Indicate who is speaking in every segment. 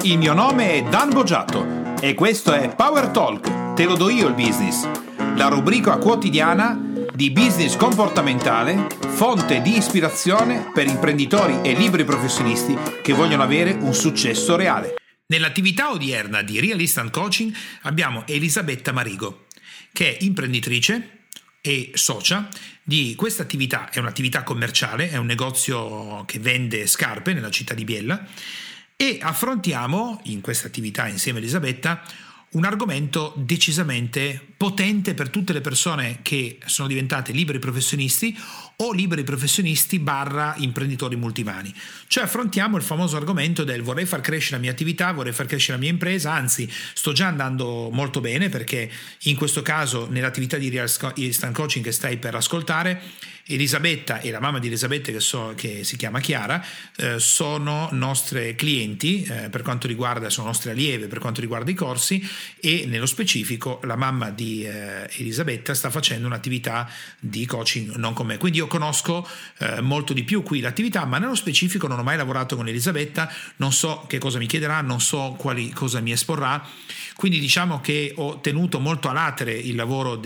Speaker 1: Il mio nome è Dan Boggiato e questo è Power Talk, te lo do io il business, la rubrica quotidiana di business comportamentale, fonte di ispirazione per imprenditori e liberi professionisti che vogliono avere un successo reale. Nell'attività odierna di Real Instant Coaching abbiamo Elisabetta Marigo, che è imprenditrice e socia di questa attività. È un'attività commerciale, è un negozio che vende scarpe nella città di Biella, e affrontiamo in questa attività insieme a Elisabetta un argomento decisamente potente per tutte le persone che sono diventate liberi professionisti o liberi professionisti / imprenditori multimani. Cioè affrontiamo il famoso argomento del vorrei far crescere la mia attività, vorrei far crescere la mia impresa, anzi sto già andando molto bene, perché in questo caso nell'attività di Real Instant Coaching che stai per ascoltare, Elisabetta e la mamma di Elisabetta che si chiama Chiara sono nostre clienti per quanto riguarda, sono nostre allieve per quanto riguarda i corsi, e nello specifico la mamma di Elisabetta sta facendo un'attività di coaching non con me, quindi io conosco molto di più qui l'attività, ma nello specifico non ho mai lavorato con Elisabetta, non so che cosa mi chiederà, non so cosa mi esporrà, quindi diciamo che ho tenuto molto a latere il lavoro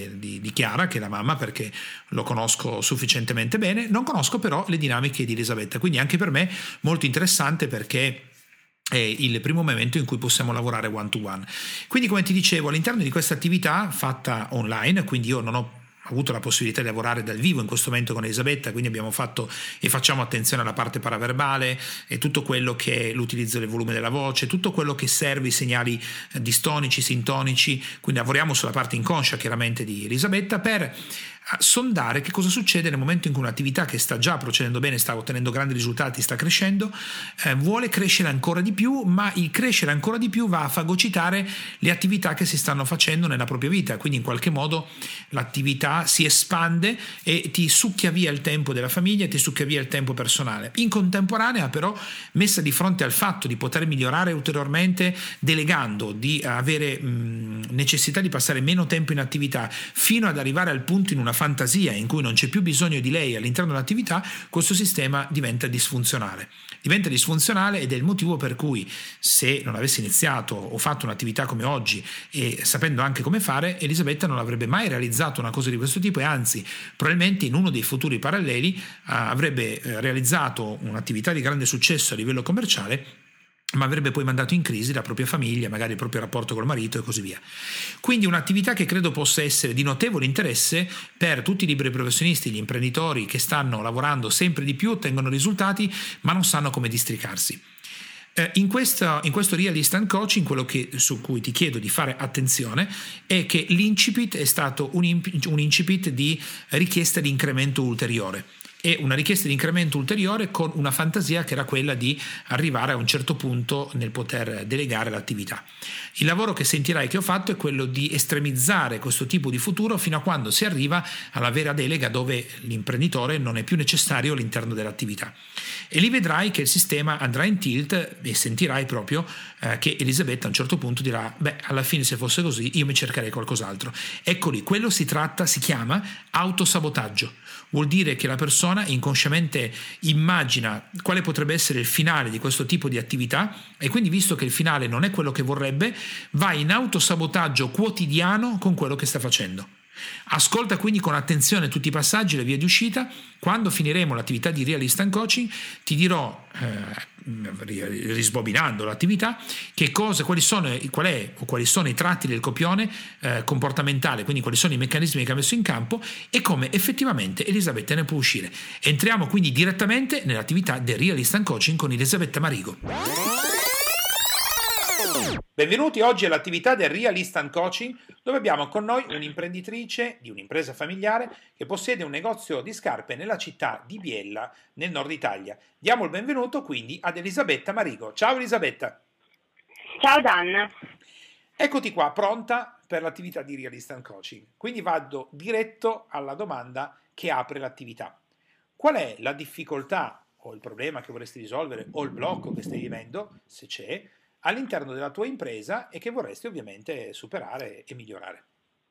Speaker 1: di Chiara, che è la mamma, perché lo conosco sufficientemente bene, non conosco però le dinamiche di Elisabetta, quindi anche per me molto interessante, perché è il primo momento in cui possiamo lavorare one to one. Quindi, come ti dicevo, all'interno di questa attività fatta online, quindi io non ho avuto la possibilità di lavorare dal vivo in questo momento con Elisabetta, quindi abbiamo fatto e facciamo attenzione alla parte paraverbale e tutto quello che è l'utilizzo del volume della voce, tutto quello che serve i segnali distonici, sintonici, quindi lavoriamo sulla parte inconscia chiaramente di Elisabetta per sondare che cosa succede nel momento in cui un'attività che sta già procedendo bene, sta ottenendo grandi risultati, sta crescendo, vuole crescere ancora di più, ma il crescere ancora di più va a fagocitare le attività che si stanno facendo nella propria vita, quindi in qualche modo l'attività si espande e ti succhia via il tempo della famiglia, ti succhia via il tempo personale. In contemporanea però, messa di fronte al fatto di poter migliorare ulteriormente delegando, di avere necessità di passare meno tempo in attività fino ad arrivare al punto in una fantasia in cui non c'è più bisogno di lei all'interno dell'attività, questo sistema diventa disfunzionale ed è il motivo per cui, se non avessi iniziato o fatto un'attività come oggi e sapendo anche come fare, Elisabetta non avrebbe mai realizzato una cosa di questo tipo, e anzi probabilmente in uno dei futuri paralleli avrebbe realizzato un'attività di grande successo a livello commerciale, ma avrebbe poi mandato in crisi la propria famiglia, magari il proprio rapporto col marito e così via. Quindi un'attività che credo possa essere di notevole interesse per tutti i liberi professionisti, gli imprenditori che stanno lavorando sempre di più, ottengono risultati, ma non sanno come districarsi. In questo Real Instant Coaching quello su cui ti chiedo di fare attenzione è che l'incipit è stato un incipit di richiesta di incremento ulteriore. E una richiesta di incremento ulteriore con una fantasia che era quella di arrivare a un certo punto nel poter delegare l'attività. Il lavoro che sentirai che ho fatto è quello di estremizzare questo tipo di futuro fino a quando si arriva alla vera delega, dove l'imprenditore non è più necessario all'interno dell'attività. E lì vedrai che il sistema andrà in tilt e sentirai proprio che Elisabetta a un certo punto dirà: beh, alla fine se fosse così io mi cercherei qualcos'altro. Ecco lì, quello si chiama autosabotaggio. Vuol dire che la persona inconsciamente immagina quale potrebbe essere il finale di questo tipo di attività, e quindi, visto che il finale non è quello che vorrebbe, va in autosabotaggio quotidiano con quello che sta facendo. Ascolta quindi con attenzione tutti i passaggi, le vie di uscita. Quando finiremo l'attività di Real Instant Coaching ti dirò, risbobinando l'attività, quali sono i tratti del copione comportamentale, quindi quali sono i meccanismi che ha messo in campo e come effettivamente Elisabetta ne può uscire. Entriamo quindi direttamente nell'attività del Real Instant Coaching con Elisabetta Marigo. Benvenuti oggi all'attività del Real Instant Coaching, dove abbiamo con noi un'imprenditrice di un'impresa familiare che possiede un negozio di scarpe nella città di Biella, nel nord Italia. Diamo il benvenuto quindi ad Elisabetta Marigo. Ciao Elisabetta.
Speaker 2: Ciao Dan.
Speaker 1: Eccoti qua, pronta per l'attività di Real Instant Coaching. Quindi vado diretto alla domanda che apre l'attività. Qual è la difficoltà o il problema che vorresti risolvere o il blocco che stai vivendo, se c'è, all'interno della tua impresa e che vorresti ovviamente superare e migliorare?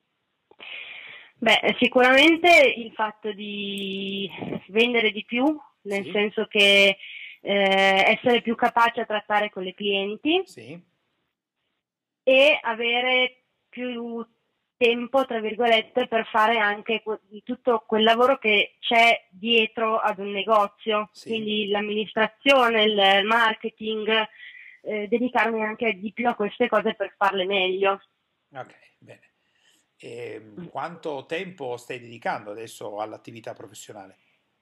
Speaker 2: Beh, sicuramente il fatto di vendere di più, nel senso che essere più capace a trattare con le clienti
Speaker 1: Sì,
Speaker 2: e avere più tempo, tra virgolette, per fare anche tutto quel lavoro che c'è dietro ad un negozio,
Speaker 1: sì,
Speaker 2: quindi l'amministrazione, il marketing, dedicarmi anche di più a queste cose per farle meglio.
Speaker 1: ok, bene. Quanto tempo stai dedicando adesso all'attività professionale?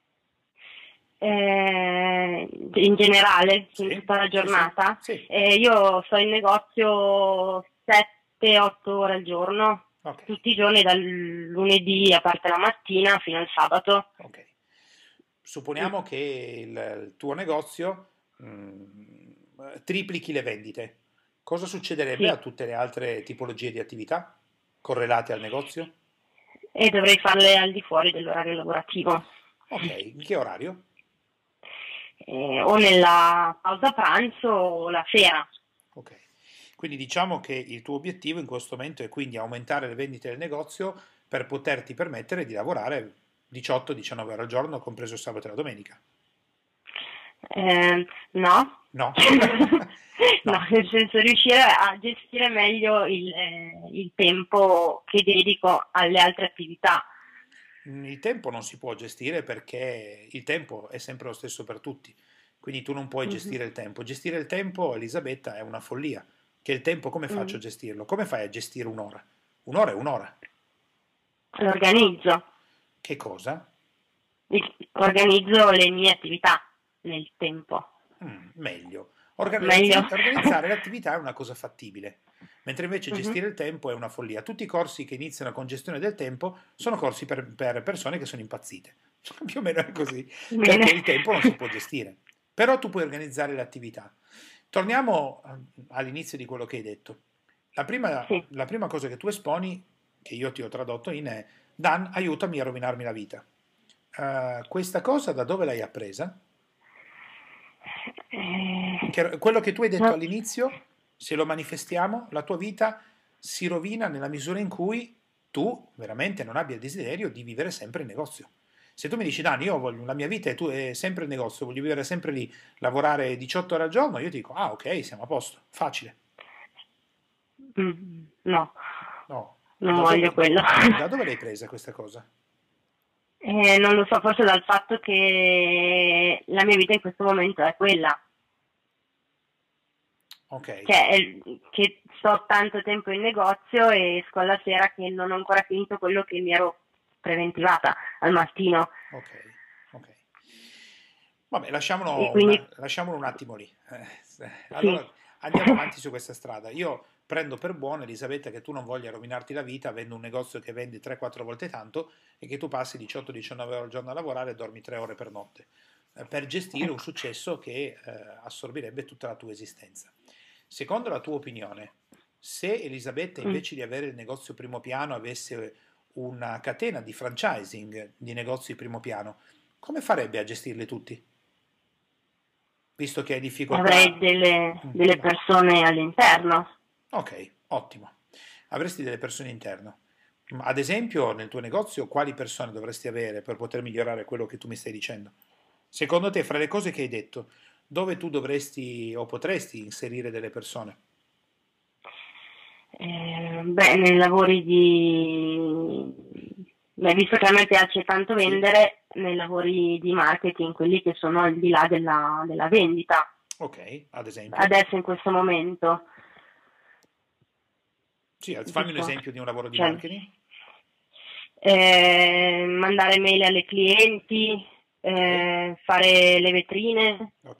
Speaker 2: In generale, in
Speaker 1: Sì,
Speaker 2: tutta la
Speaker 1: sì, sì,
Speaker 2: giornata.
Speaker 1: sì,
Speaker 2: Io sto in negozio 7-8 ore al giorno,
Speaker 1: ok,
Speaker 2: tutti i giorni dal lunedì, a parte la mattina, fino al sabato.
Speaker 1: ok.
Speaker 2: Mm,
Speaker 1: Supponiamo che il tuo negozio triplichi le vendite. Cosa succederebbe a
Speaker 2: sì,
Speaker 1: tutte le altre tipologie di attività correlate al negozio?
Speaker 2: e dovrei farle al di fuori dell'orario lavorativo.
Speaker 1: Ok, in che orario?
Speaker 2: O nella pausa pranzo o la sera.
Speaker 1: Ok. Quindi diciamo che il tuo obiettivo in questo momento è quindi aumentare le vendite del negozio per poterti permettere di lavorare 18-19 ore al giorno, compreso il sabato e la domenica.
Speaker 2: No,
Speaker 1: No?
Speaker 2: no,
Speaker 1: No.
Speaker 2: nel senso riuscire a gestire meglio il tempo che dedico alle altre attività.
Speaker 1: Il tempo non si può gestire perché il tempo è sempre lo stesso per tutti, quindi tu non puoi
Speaker 2: Mhm.
Speaker 1: gestire il tempo. Gestire il tempo, Elisabetta, è una follia. Che il tempo come faccio a
Speaker 2: Mm.
Speaker 1: gestirlo? Come fai a gestire un'ora? Un'ora è un'ora.
Speaker 2: L'organizzo,
Speaker 1: Che cosa?
Speaker 2: organizzo le mie attività nel tempo.
Speaker 1: Meglio.
Speaker 2: Meglio.
Speaker 1: Organizzare l'attività è una cosa fattibile, mentre invece
Speaker 2: Mhm.
Speaker 1: gestire il tempo è una follia. Tutti i corsi che iniziano con gestione del tempo sono corsi per persone che sono impazzite. Più o meno è così,
Speaker 2: Bene.
Speaker 1: perché il tempo non si può gestire. Però tu puoi organizzare l'attività. Torniamo all'inizio di quello che hai detto.
Speaker 2: Sì.
Speaker 1: La prima cosa che tu esponi, che io ti ho tradotto in è: Dan, aiutami a rovinarmi la vita. Questa cosa da dove l'hai appresa? Quello che tu hai detto
Speaker 2: No.
Speaker 1: all'inizio, se lo manifestiamo, la tua vita si rovina nella misura in cui tu veramente non abbia il desiderio di vivere sempre in negozio. Se tu mi dici, Dani, io voglio, la mia vita è sempre in negozio, voglio vivere sempre lì, lavorare 18 ore al giorno, io ti dico, ah ok, siamo a posto, facile.
Speaker 2: No,
Speaker 1: No,
Speaker 2: non voglio quello.
Speaker 1: da dove l'hai presa questa cosa?
Speaker 2: Non lo so, forse dal fatto che la mia vita in questo momento è quella,
Speaker 1: Ok,
Speaker 2: che sto tanto tempo in negozio e esco alla sera che non ho ancora finito quello che mi ero preventivata al mattino.
Speaker 1: ok, ok. Vabbè,
Speaker 2: E quindi
Speaker 1: lasciamolo un attimo lì.
Speaker 2: sì,
Speaker 1: Allora andiamo avanti su questa strada. Io prendo per buono, Elisabetta, che tu non voglia rovinarti la vita avendo un negozio che vendi 3-4 volte tanto e che tu passi 18-19 ore al giorno a lavorare e dormi 3 ore per notte, per gestire un
Speaker 2: ecco.
Speaker 1: successo che assorbirebbe tutta la tua esistenza. Secondo la tua opinione, se Elisabetta
Speaker 2: Mm.
Speaker 1: invece di avere il negozio primo piano avesse una catena di franchising di negozi primo piano, come farebbe a gestirli tutti? Visto che hai
Speaker 2: Avrei
Speaker 1: difficoltà.
Speaker 2: delle
Speaker 1: No.
Speaker 2: persone all'interno.
Speaker 1: Ok, ottimo. Avresti delle persone interno. Ad esempio, nel tuo negozio, quali persone dovresti avere per poter migliorare quello che tu mi stai dicendo? Secondo te, fra le cose che hai detto, dove tu dovresti o potresti inserire delle persone?
Speaker 2: Beh, nei lavori beh, visto che a me piace tanto
Speaker 1: Sì?
Speaker 2: vendere, nei lavori di marketing, quelli che sono al di là della vendita,
Speaker 1: Ok, ad esempio.
Speaker 2: adesso in questo momento,
Speaker 1: Sì, fammi un
Speaker 2: giusto?
Speaker 1: esempio di un lavoro di
Speaker 2: Cioè,
Speaker 1: marketing.
Speaker 2: mandare mail alle clienti,
Speaker 1: Ok,
Speaker 2: fare le vetrine
Speaker 1: ok,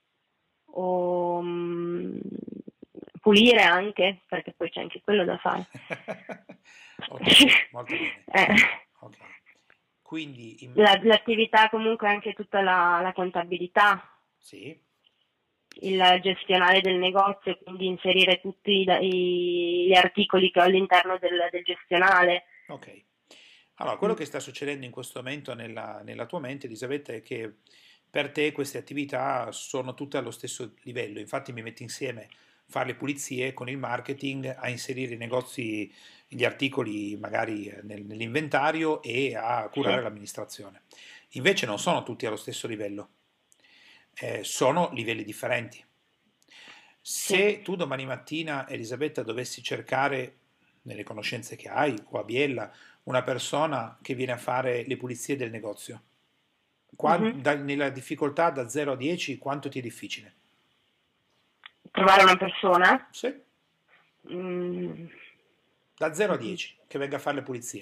Speaker 2: o pulire anche, perché poi c'è anche quello da fare.
Speaker 1: ok, molto bene.
Speaker 2: Eh.
Speaker 1: Ok, quindi
Speaker 2: L'attività comunque anche tutta la contabilità,
Speaker 1: sì,
Speaker 2: il gestionale del negozio, quindi inserire tutti gli articoli che ho all'interno del gestionale.
Speaker 1: ok. Allora, quello
Speaker 2: Mm.
Speaker 1: che sta succedendo in questo momento nella tua mente, Elisabetta, è che per te queste attività sono tutte allo stesso livello. Infatti mi metti insieme fare le pulizie con il marketing, a inserire i negozi, gli articoli magari nell'inventario e a curare
Speaker 2: Sì.
Speaker 1: l'amministrazione. Invece non sono tutti allo stesso livello. sono livelli differenti.
Speaker 2: Sì.
Speaker 1: Se tu domani mattina, Elisabetta, dovessi cercare nelle conoscenze che hai o a Biella una persona che viene a fare le pulizie del negozio,
Speaker 2: Mhm.
Speaker 1: nella difficoltà da 0 a 10, quanto ti è difficile?
Speaker 2: Trovare una persona?
Speaker 1: Sì,
Speaker 2: Mm,
Speaker 1: da 0 a
Speaker 2: mm,
Speaker 1: 10 che venga a fare le pulizie.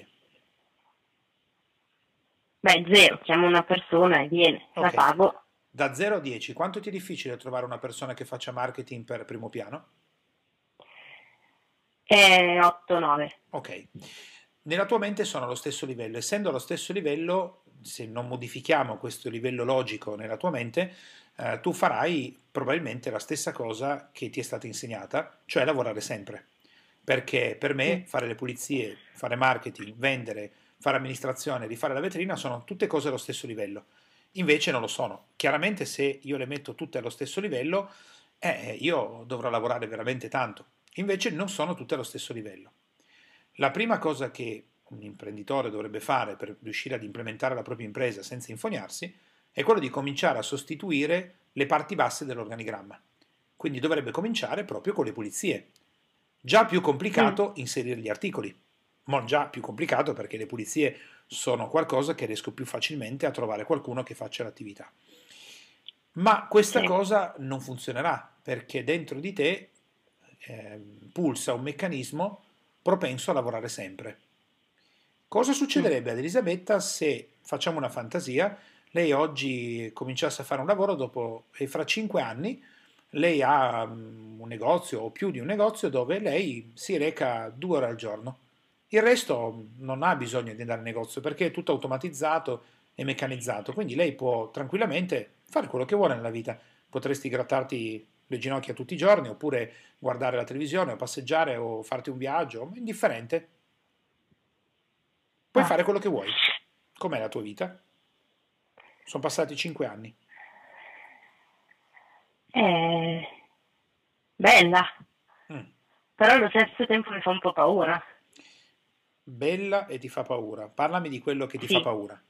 Speaker 2: Beh, zero, chiamo una persona e viene, la
Speaker 1: Ok,
Speaker 2: pago.
Speaker 1: da 0 a 10, quanto ti è difficile trovare una persona che faccia marketing per primo piano?
Speaker 2: 8-9.
Speaker 1: Ok, nella tua mente sono allo stesso livello, essendo allo stesso livello, se non modifichiamo questo livello logico nella tua mente, tu farai probabilmente la stessa cosa che ti è stata insegnata, cioè lavorare sempre. Perché per me
Speaker 2: Mm,
Speaker 1: fare le pulizie, fare marketing, vendere, fare amministrazione, rifare la vetrina sono tutte cose allo stesso livello. Invece non lo sono. Chiaramente se io le metto tutte allo stesso livello, io dovrò lavorare veramente tanto. Invece non sono tutte allo stesso livello. La prima cosa che un imprenditore dovrebbe fare per riuscire ad implementare la propria impresa senza infognarsi è quello di cominciare a sostituire le parti basse dell'organigramma. Quindi dovrebbe cominciare proprio con le pulizie. Già più
Speaker 2: mm,
Speaker 1: complicato inserire gli articoli, ma già più complicato perché le pulizie sono qualcosa che riesco più facilmente a trovare qualcuno che faccia l'attività. Ma questa
Speaker 2: sì.
Speaker 1: cosa non funzionerà perché dentro di te pulsa un meccanismo propenso a lavorare sempre. Cosa
Speaker 2: Mm.
Speaker 1: succederebbe ad Elisabetta se, facciamo una fantasia, lei oggi cominciasse a fare un lavoro dopo, e fra 5 anni lei ha un negozio o più di un negozio dove lei si reca 2 ore al giorno. Il resto non ha bisogno di andare al negozio perché è tutto automatizzato e meccanizzato, quindi lei può tranquillamente fare quello che vuole nella vita. Potresti grattarti le ginocchia tutti i giorni oppure guardare la televisione o passeggiare o farti un viaggio, indifferente. Puoi
Speaker 2: Ah.
Speaker 1: fare quello che vuoi. Com'è la tua vita? Sono passati 5 anni.
Speaker 2: È bella,
Speaker 1: Mm.
Speaker 2: però allo stesso tempo mi fa un po' paura.
Speaker 1: Bella e ti fa paura. Parlami di quello che ti fa
Speaker 2: Sì.
Speaker 1: paura.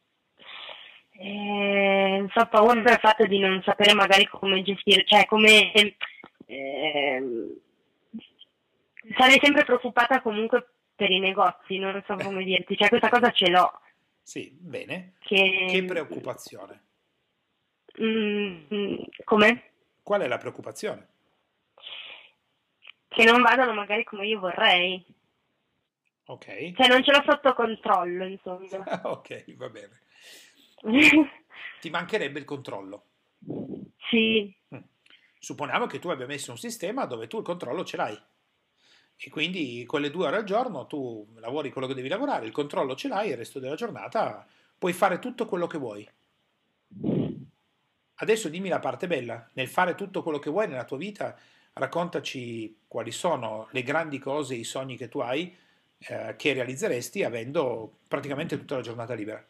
Speaker 2: Mi fa paura il fatto di non sapere magari come gestire, cioè come ehm, sarei sempre preoccupata comunque per i negozi, non so come dirti, cioè questa
Speaker 1: Ok.
Speaker 2: cosa ce l'ho,
Speaker 1: Sì, bene. Che
Speaker 2: che
Speaker 1: preoccupazione.
Speaker 2: come?
Speaker 1: Qual è la preoccupazione?
Speaker 2: Che non vadano magari come io vorrei,
Speaker 1: Ok.
Speaker 2: cioè non ce l'ho sotto controllo, insomma.
Speaker 1: Ok, va bene. Ti mancherebbe il controllo.
Speaker 2: Sì,
Speaker 1: Mm. Supponiamo che tu abbia messo un sistema dove tu il controllo ce l'hai. E quindi quelle 2 ore al giorno tu lavori quello che devi lavorare, il controllo ce l'hai, il resto della giornata puoi fare tutto quello che vuoi. Adesso dimmi la parte bella, nel fare tutto quello che vuoi nella tua vita, raccontaci quali sono le grandi cose, i sogni che tu hai, che realizzeresti avendo praticamente tutta la giornata libera.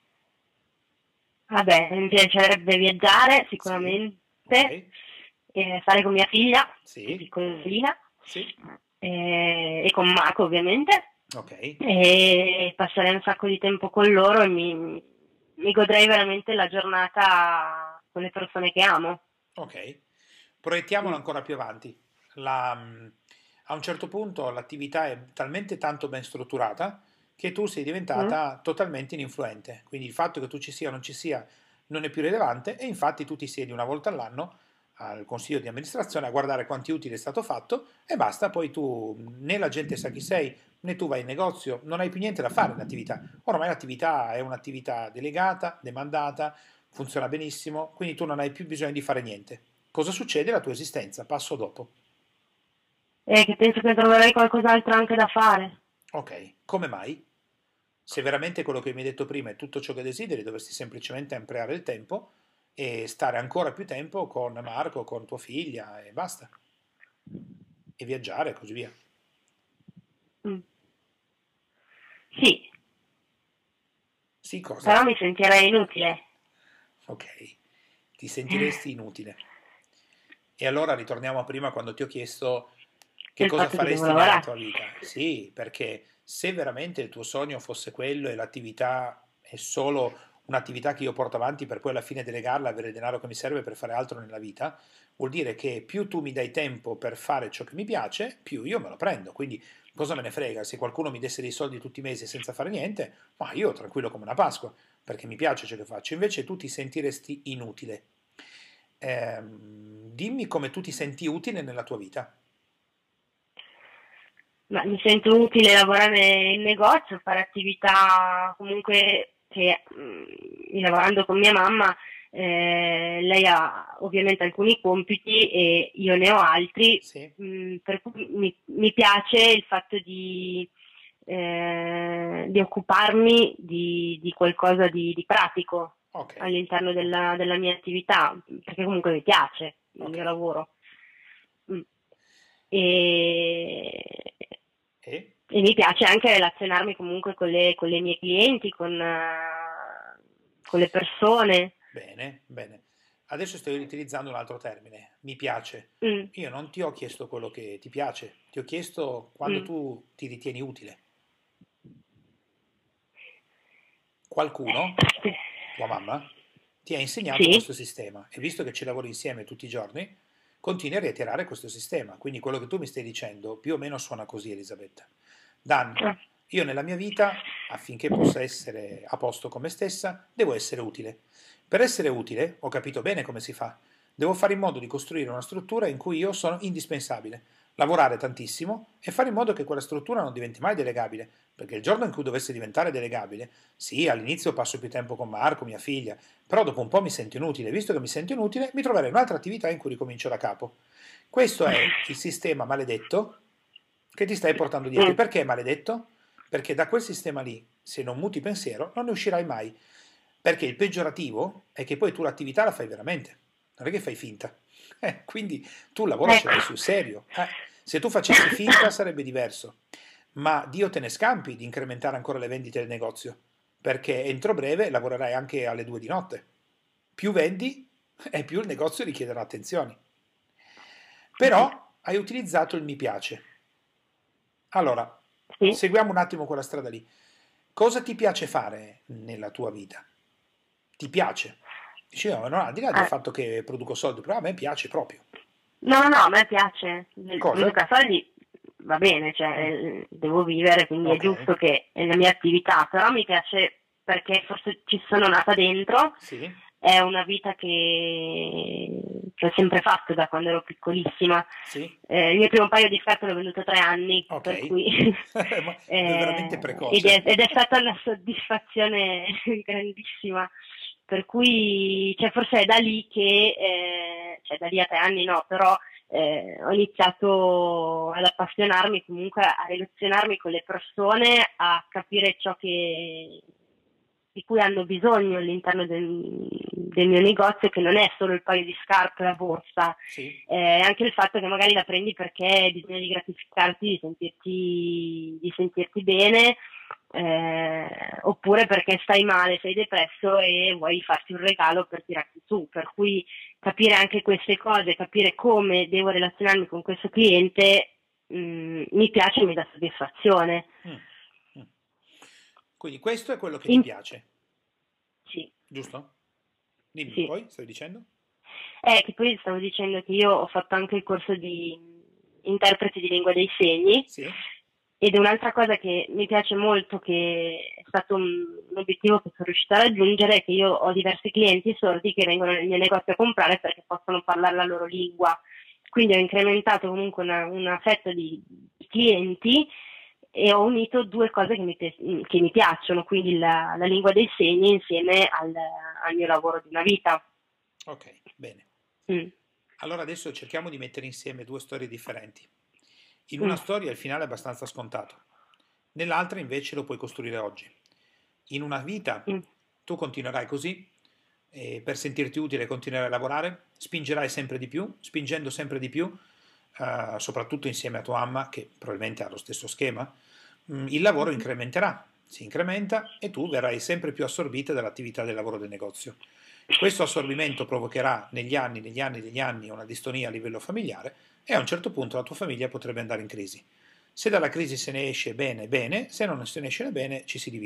Speaker 2: vabbè, mi piacerebbe viaggiare
Speaker 1: Sì,
Speaker 2: sicuramente,
Speaker 1: ok,
Speaker 2: stare con mia figlia, che è
Speaker 1: sì,
Speaker 2: piccolina,
Speaker 1: sì,
Speaker 2: e con Marco ovviamente,
Speaker 1: ok,
Speaker 2: e passare un sacco di tempo con loro e mi godrei veramente la giornata con le persone che amo.
Speaker 1: ok. Proiettiamolo
Speaker 2: Mm,
Speaker 1: ancora più avanti. A un certo punto l'attività è talmente tanto ben strutturata che tu sei
Speaker 2: mm.
Speaker 1: diventata totalmente ininfluente. Quindi il fatto che tu ci sia o non ci sia non è più rilevante e infatti tu ti siedi una volta all'anno al consiglio di amministrazione a guardare quanti utili è stato fatto e basta, poi tu né la gente sa chi sei né tu vai in negozio, non hai più niente da fare in attività. Ormai l'attività è un'attività delegata, demandata, funziona benissimo, quindi tu non hai più bisogno di fare niente. Cosa succede alla tua esistenza passo dopo?
Speaker 2: E che penso che troverei qualcos'altro anche da fare.
Speaker 1: Ok, come mai? Se veramente quello che mi hai detto prima è tutto ciò che desideri, dovresti semplicemente ampliare il tempo e stare ancora più tempo con Marco, con tua figlia e basta. E viaggiare e così via.
Speaker 2: Mm. Sì,
Speaker 1: Sì,
Speaker 2: però
Speaker 1: cosa?
Speaker 2: mi sentirei inutile.
Speaker 1: Ok, ti sentiresti inutile. E allora ritorniamo a prima quando ti ho chiesto che
Speaker 2: Del
Speaker 1: cosa
Speaker 2: fatto che devo
Speaker 1: faresti nella
Speaker 2: lavorare.
Speaker 1: tua vita. Sì, perché se veramente il tuo sogno fosse quello e l'attività è solo un'attività che io porto avanti per poi alla fine delegarla, avere il denaro che mi serve per fare altro nella vita, vuol dire che più tu mi dai tempo per fare ciò che mi piace, più io me lo prendo. Quindi cosa me ne frega? Se qualcuno mi desse dei soldi tutti i mesi senza fare niente, ma io tranquillo come una Pasqua, perché mi piace ciò che faccio. Invece tu ti sentiresti inutile. Dimmi come tu ti senti utile nella tua vita.
Speaker 2: Ma mi sento utile lavorare in negozio, fare attività comunque che lavorando con mia mamma, lei ha ovviamente alcuni compiti e io ne ho altri,
Speaker 1: Sì?
Speaker 2: per cui mi piace il fatto di occuparmi di qualcosa di pratico
Speaker 1: Ok,
Speaker 2: all'interno
Speaker 1: ok,
Speaker 2: della mia attività, perché comunque mi piace il
Speaker 1: ok.
Speaker 2: mio lavoro. Mm. E,
Speaker 1: E?
Speaker 2: e mi piace anche relazionarmi comunque con le mie clienti, con le persone.
Speaker 1: Bene, bene. Adesso stai utilizzando un altro termine, mi piace.
Speaker 2: Mm,
Speaker 1: Io non ti ho chiesto quello che ti piace, ti ho chiesto quando
Speaker 2: mm.
Speaker 1: tu ti ritieni utile. Qualcuno,
Speaker 2: Sì,
Speaker 1: tua mamma, ti ha insegnato
Speaker 2: sì,
Speaker 1: questo sistema e visto che ci lavori insieme tutti i giorni, continui a reiterare questo sistema. Quindi quello che tu mi stai dicendo più o meno suona così, Elisabetta. Dan,
Speaker 2: ah,
Speaker 1: io nella mia vita, affinché possa essere a posto con me stessa, devo essere utile. Per essere utile, ho capito bene come si fa. Devo fare in modo di costruire una struttura in cui io sono indispensabile, lavorare tantissimo e fare in modo che quella struttura non diventi mai delegabile, perché il giorno in cui dovesse diventare delegabile, sì, all'inizio passo più tempo con Marco, mia figlia, però dopo un po' mi sento inutile. Visto che mi sento inutile, mi troverei un'altra attività in cui ricomincio da capo. Questo è il sistema maledetto che ti stai portando dietro.
Speaker 2: mm,
Speaker 1: Perché maledetto? Perché da quel sistema lì, se non muti pensiero, non ne uscirai mai. Perché il peggiorativo è che poi tu l'attività la fai veramente, non è che fai finta. Quindi tu il lavoro ce
Speaker 2: ecco.
Speaker 1: l'hai sul serio. Se tu facessi finta sarebbe diverso, ma Dio te ne scampi di incrementare ancora le vendite del negozio, perché entro breve lavorerai anche alle 2 di notte. Più vendi e più il negozio richiederà attenzioni. Però hai utilizzato il mi piace. Allora,
Speaker 2: Sì.
Speaker 1: seguiamo un attimo quella strada lì. Cosa ti piace fare nella tua vita? Ti piace? Dici, no, no, al di là del
Speaker 2: Eh,
Speaker 1: fatto che produco soldi, però a me piace proprio.
Speaker 2: no, no, no, a me piace.
Speaker 1: Cosa?
Speaker 2: Produca soldi, va bene, cioè,
Speaker 1: Mm,
Speaker 2: devo vivere, quindi è
Speaker 1: ok,
Speaker 2: giusto che è la mia attività, però mi piace perché forse ci sono nata dentro,
Speaker 1: sì,
Speaker 2: è una vita che ho sempre fatto da quando ero piccolissima.
Speaker 1: sì,
Speaker 2: Il mio primo paio di scarpe l'ho venduto a 3 anni,
Speaker 1: ok.
Speaker 2: per cui
Speaker 1: Ma è veramente
Speaker 2: ed
Speaker 1: precoce.
Speaker 2: ed è stata una soddisfazione grandissima. Per cui cioè, forse è da lì che, cioè da lì a 3 anni no, però ho iniziato ad appassionarmi comunque a relazionarmi con le persone, a capire ciò di cui hanno bisogno all'interno del mio negozio, che non è solo il paio di scarpe, la borsa,
Speaker 1: Sì,
Speaker 2: è anche il fatto che magari la prendi perché hai bisogno di gratificarti, di sentirti bene, oppure perché stai male, sei depresso e vuoi farti un regalo per tirarti su. Per cui capire anche queste cose, capire come devo relazionarmi con questo cliente, mi piace e mi dà soddisfazione.
Speaker 1: mm, mm. Quindi questo è quello che ti
Speaker 2: In-
Speaker 1: piace,
Speaker 2: sì,
Speaker 1: giusto? Dimmi,
Speaker 2: sì.
Speaker 1: poi stai dicendo?
Speaker 2: Che poi stavo dicendo che io ho fatto anche il corso di interprete di lingua dei segni,
Speaker 1: Sì,
Speaker 2: ed è un'altra cosa che mi piace molto, che è stato un obiettivo che sono riuscita a raggiungere, è che io ho diversi clienti sordi che vengono nel mio negozio a comprare perché possono parlare la loro lingua. Quindi ho incrementato comunque una fetta di clienti e ho unito due cose che mi piacciono, quindi la lingua dei segni insieme al mio lavoro di una vita.
Speaker 1: ok, bene.
Speaker 2: Mm,
Speaker 1: Allora adesso cerchiamo di mettere insieme due storie differenti. In una
Speaker 2: mm,
Speaker 1: storia il finale è abbastanza scontato, nell'altra invece lo puoi costruire oggi. In una vita
Speaker 2: mm,
Speaker 1: tu continuerai così, e per sentirti utile continuerai a lavorare, spingerai sempre di più, spingendo sempre di più, soprattutto insieme a tua mamma, che probabilmente ha lo stesso schema, il lavoro
Speaker 2: mhm.
Speaker 1: incrementerà, si incrementa e tu verrai sempre più assorbita dall'attività del lavoro del negozio. Questo assorbimento provocherà negli anni una distonia a livello familiare e a un certo punto la tua famiglia potrebbe andare in crisi. Se dalla crisi se ne esce bene, bene, se non se ne esce bene ci si divide.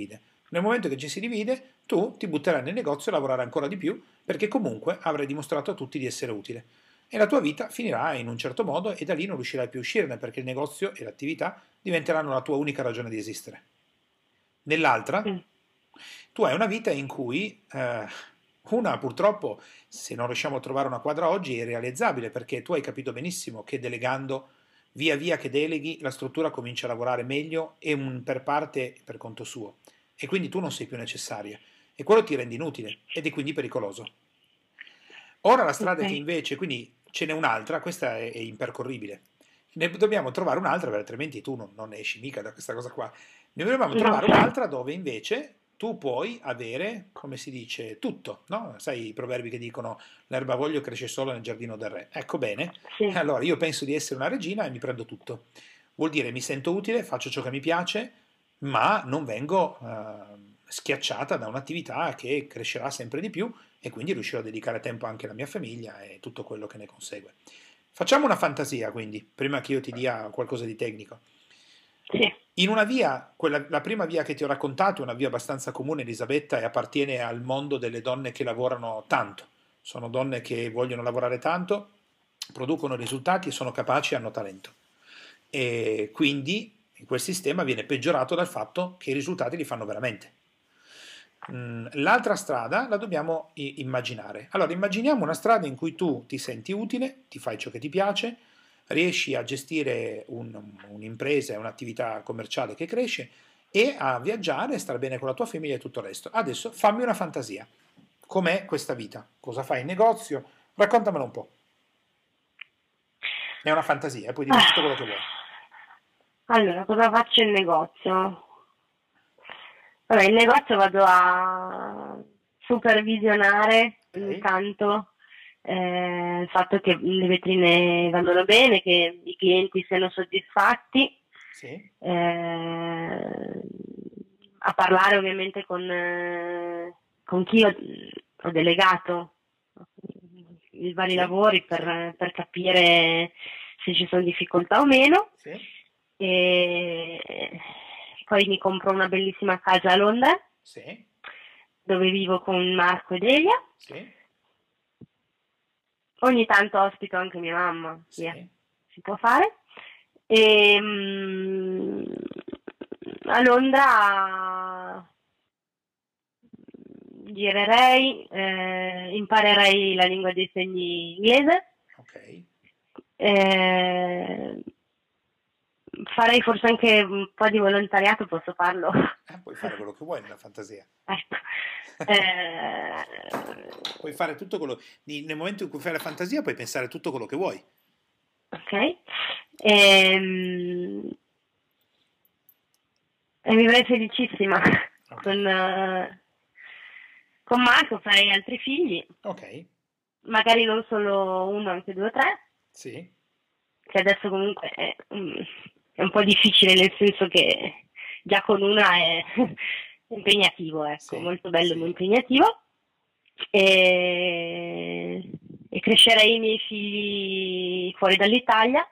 Speaker 1: Nel momento che ci si divide, tu ti butterai nel negozio a lavorare ancora di più perché comunque avrai dimostrato a tutti di essere utile. E la tua vita finirà in un certo modo e da lì non riuscirai più a uscirne perché il negozio e l'attività diventeranno la tua unica ragione di esistere. Nell'altra,
Speaker 2: Mm.
Speaker 1: tu hai una vita in cui una purtroppo, se non riusciamo a trovare una quadra oggi, è irrealizzabile perché tu hai capito benissimo che delegando via via che deleghi, la struttura comincia a lavorare meglio e un per parte per conto suo. E quindi tu non sei più necessaria. E quello ti rende inutile ed è quindi pericoloso. Ora la strada che
Speaker 2: Ok.
Speaker 1: invece, quindi ce n'è un'altra, questa è impercorribile. Ne dobbiamo trovare un'altra, perché altrimenti tu non esci mica da questa cosa qua. Ne dobbiamo
Speaker 2: No.
Speaker 1: trovare un'altra dove invece tu puoi avere, come si dice, tutto, no? Sai i proverbi che dicono l'erba voglio cresce solo nel giardino del re. Ecco bene,
Speaker 2: Sì.
Speaker 1: allora io penso di essere una regina e mi prendo tutto. Vuol dire mi sento utile, faccio ciò che mi piace, ma non vengo schiacciata da un'attività che crescerà sempre di più e quindi riuscirò a dedicare tempo anche alla mia famiglia e tutto quello che ne consegue. Facciamo una fantasia quindi, prima che io ti dia qualcosa di tecnico.
Speaker 2: Sì.
Speaker 1: In una via, la prima via che ti ho raccontato è una via abbastanza comune, Elisabetta, e appartiene al mondo delle donne che lavorano tanto. Sono donne che vogliono lavorare tanto, producono risultati e sono capaci e hanno talento. E quindi quel sistema viene peggiorato dal fatto che i risultati li fanno veramente. L'altra strada la dobbiamo immaginare. Allora, immaginiamo una strada in cui tu ti senti utile, ti fai ciò che ti piace, riesci a gestire un'impresa e un'attività commerciale che cresce e a viaggiare, stare bene con la tua famiglia e tutto il resto. Adesso fammi una fantasia. Com'è questa vita? Cosa fai in negozio? Raccontamelo un po'. È una fantasia, puoi dirmi tutto quello che vuoi.
Speaker 2: Allora, cosa faccio in negozio? Vabbè, in negozio vado a supervisionare ogni
Speaker 1: Ok?
Speaker 2: tanto il fatto che le vetrine vanno bene, che i clienti siano soddisfatti,
Speaker 1: Sì?
Speaker 2: a parlare ovviamente con chi ho delegato i vari
Speaker 1: Sì?
Speaker 2: lavori
Speaker 1: Sì?
Speaker 2: per capire se ci sono difficoltà o meno.
Speaker 1: Sì?
Speaker 2: E poi mi compro una bellissima casa a Londra
Speaker 1: Sì?
Speaker 2: dove vivo con Marco ed Elia.
Speaker 1: Sì?
Speaker 2: Ogni tanto ospito anche mia mamma, via,
Speaker 1: Sì?
Speaker 2: si può fare. E a Londra girerei, imparerei la lingua dei segni inglese,
Speaker 1: Ok.
Speaker 2: eh, farei forse anche un po' di volontariato, posso farlo?
Speaker 1: Puoi fare quello che vuoi nella fantasia.
Speaker 2: Ecco. Eh,
Speaker 1: Puoi fare tutto quello. Nel momento in cui fai la fantasia, puoi pensare tutto quello che vuoi.
Speaker 2: ok. Ehm, E vivrei felicissima
Speaker 1: Ok.
Speaker 2: con, con Marco, farei altri figli,
Speaker 1: Ok.
Speaker 2: magari non solo uno, anche due o tre,
Speaker 1: Sì.
Speaker 2: che adesso comunque è un po' difficile, nel senso che già con una è impegnativo, ecco,
Speaker 1: Sì.
Speaker 2: molto bello ma
Speaker 1: Sì.
Speaker 2: impegnativo. E crescerei i miei figli fuori dall'Italia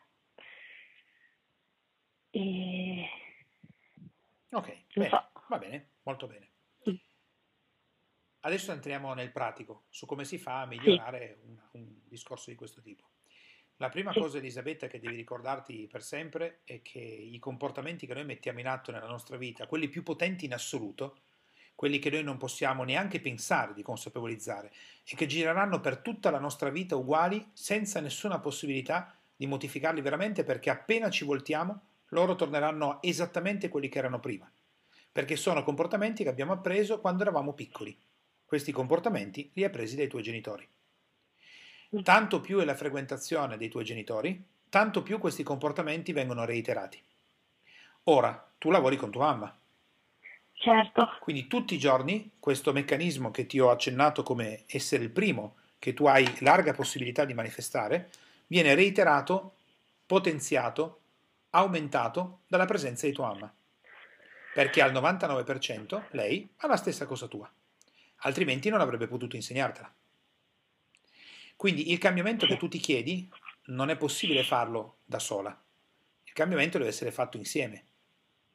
Speaker 2: e
Speaker 1: Ok.
Speaker 2: non so.
Speaker 1: Bene. Va bene. Molto bene.
Speaker 2: Mm,
Speaker 1: Adesso entriamo nel pratico, su come si fa a
Speaker 2: sì,
Speaker 1: migliorare un discorso di questo tipo. La prima
Speaker 2: sì,
Speaker 1: cosa, Elisabetta, che devi ricordarti per sempre è che i comportamenti che noi mettiamo in atto nella nostra vita, quelli più potenti in assoluto, quelli che noi non possiamo neanche pensare di consapevolizzare e che gireranno per tutta la nostra vita uguali, senza nessuna possibilità di modificarli veramente, perché appena ci voltiamo, loro torneranno esattamente quelli che erano prima, perché sono comportamenti che abbiamo appreso quando eravamo piccoli. Questi comportamenti li hai presi dai tuoi genitori.
Speaker 2: mm,
Speaker 1: Tanto più è la frequentazione dei tuoi genitori, tanto più questi comportamenti vengono reiterati. Ora, tu lavori con tua mamma,
Speaker 2: certo,
Speaker 1: quindi tutti i giorni questo meccanismo che ti ho accennato come essere il primo che tu hai larga possibilità di manifestare, viene reiterato, potenziato, aumentato dalla presenza di tua mamma, perché al 99% lei ha la stessa cosa tua, altrimenti non avrebbe potuto insegnartela. Quindi il cambiamento che
Speaker 2: sì,
Speaker 1: tu ti chiedi non è possibile farlo da sola, il cambiamento deve essere fatto insieme,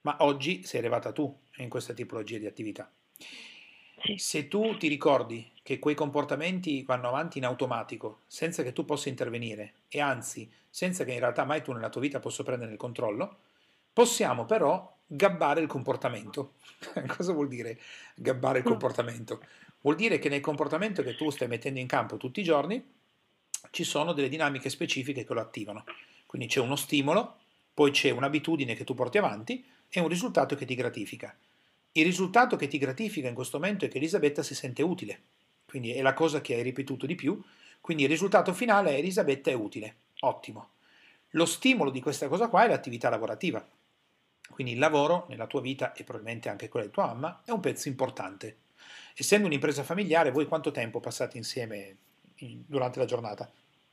Speaker 1: ma oggi sei arrivata tu in questa tipologia di attività.
Speaker 2: Sì.
Speaker 1: Se tu ti ricordi che quei comportamenti vanno avanti in automatico, senza che tu possa intervenire, e anzi, senza che in realtà mai tu nella tua vita possa prendere il controllo, possiamo però gabbare il comportamento. Cosa vuol dire gabbare il comportamento? Vuol dire che nel comportamento che tu stai mettendo in campo tutti i giorni ci sono delle dinamiche specifiche che lo attivano. Quindi c'è uno stimolo, poi c'è un'abitudine che tu porti avanti e un risultato che ti gratifica. Il risultato che ti gratifica in questo momento è che Elisabetta si sente utile, quindi è la cosa che hai ripetuto di più, quindi il risultato finale è Elisabetta è utile, ottimo. Lo stimolo di questa cosa qua è l'attività lavorativa, quindi il lavoro nella tua vita e probabilmente anche quella di tua mamma è un pezzo importante. Essendo un'impresa familiare, voi quanto tempo passate insieme durante la giornata?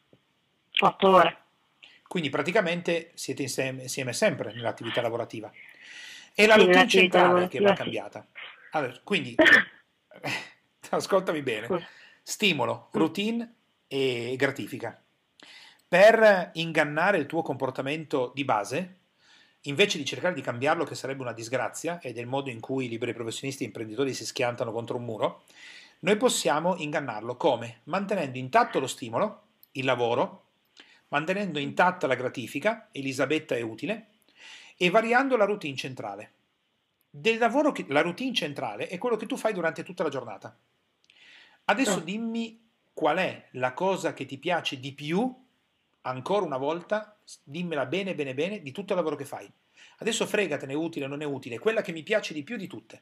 Speaker 2: 8 ore.
Speaker 1: Quindi praticamente siete insieme sempre nell'attività lavorativa. È la
Speaker 2: Sì,
Speaker 1: routine
Speaker 2: nell'attività
Speaker 1: centrale che va
Speaker 2: lavorativa, sì.
Speaker 1: cambiata. Allora, quindi, ascoltami bene,
Speaker 2: Scusa.
Speaker 1: stimolo, routine e gratifica. Per ingannare il tuo comportamento di base, invece di cercare di cambiarlo, che sarebbe una disgrazia, ed è il modo in cui i liberi professionisti e imprenditori si schiantano contro un muro, noi possiamo ingannarlo come? Mantenendo intatto lo stimolo, il lavoro, mantenendo intatta la gratifica, Elisabetta è utile, e variando la routine centrale. Del lavoro la routine centrale è quello che tu fai durante tutta la giornata. Adesso dimmi qual è la cosa che ti piace di più, ancora una volta, dimmela bene bene bene, di tutto il lavoro che fai. Adesso fregatene, utile o non è utile, quella che mi piace di più di tutte.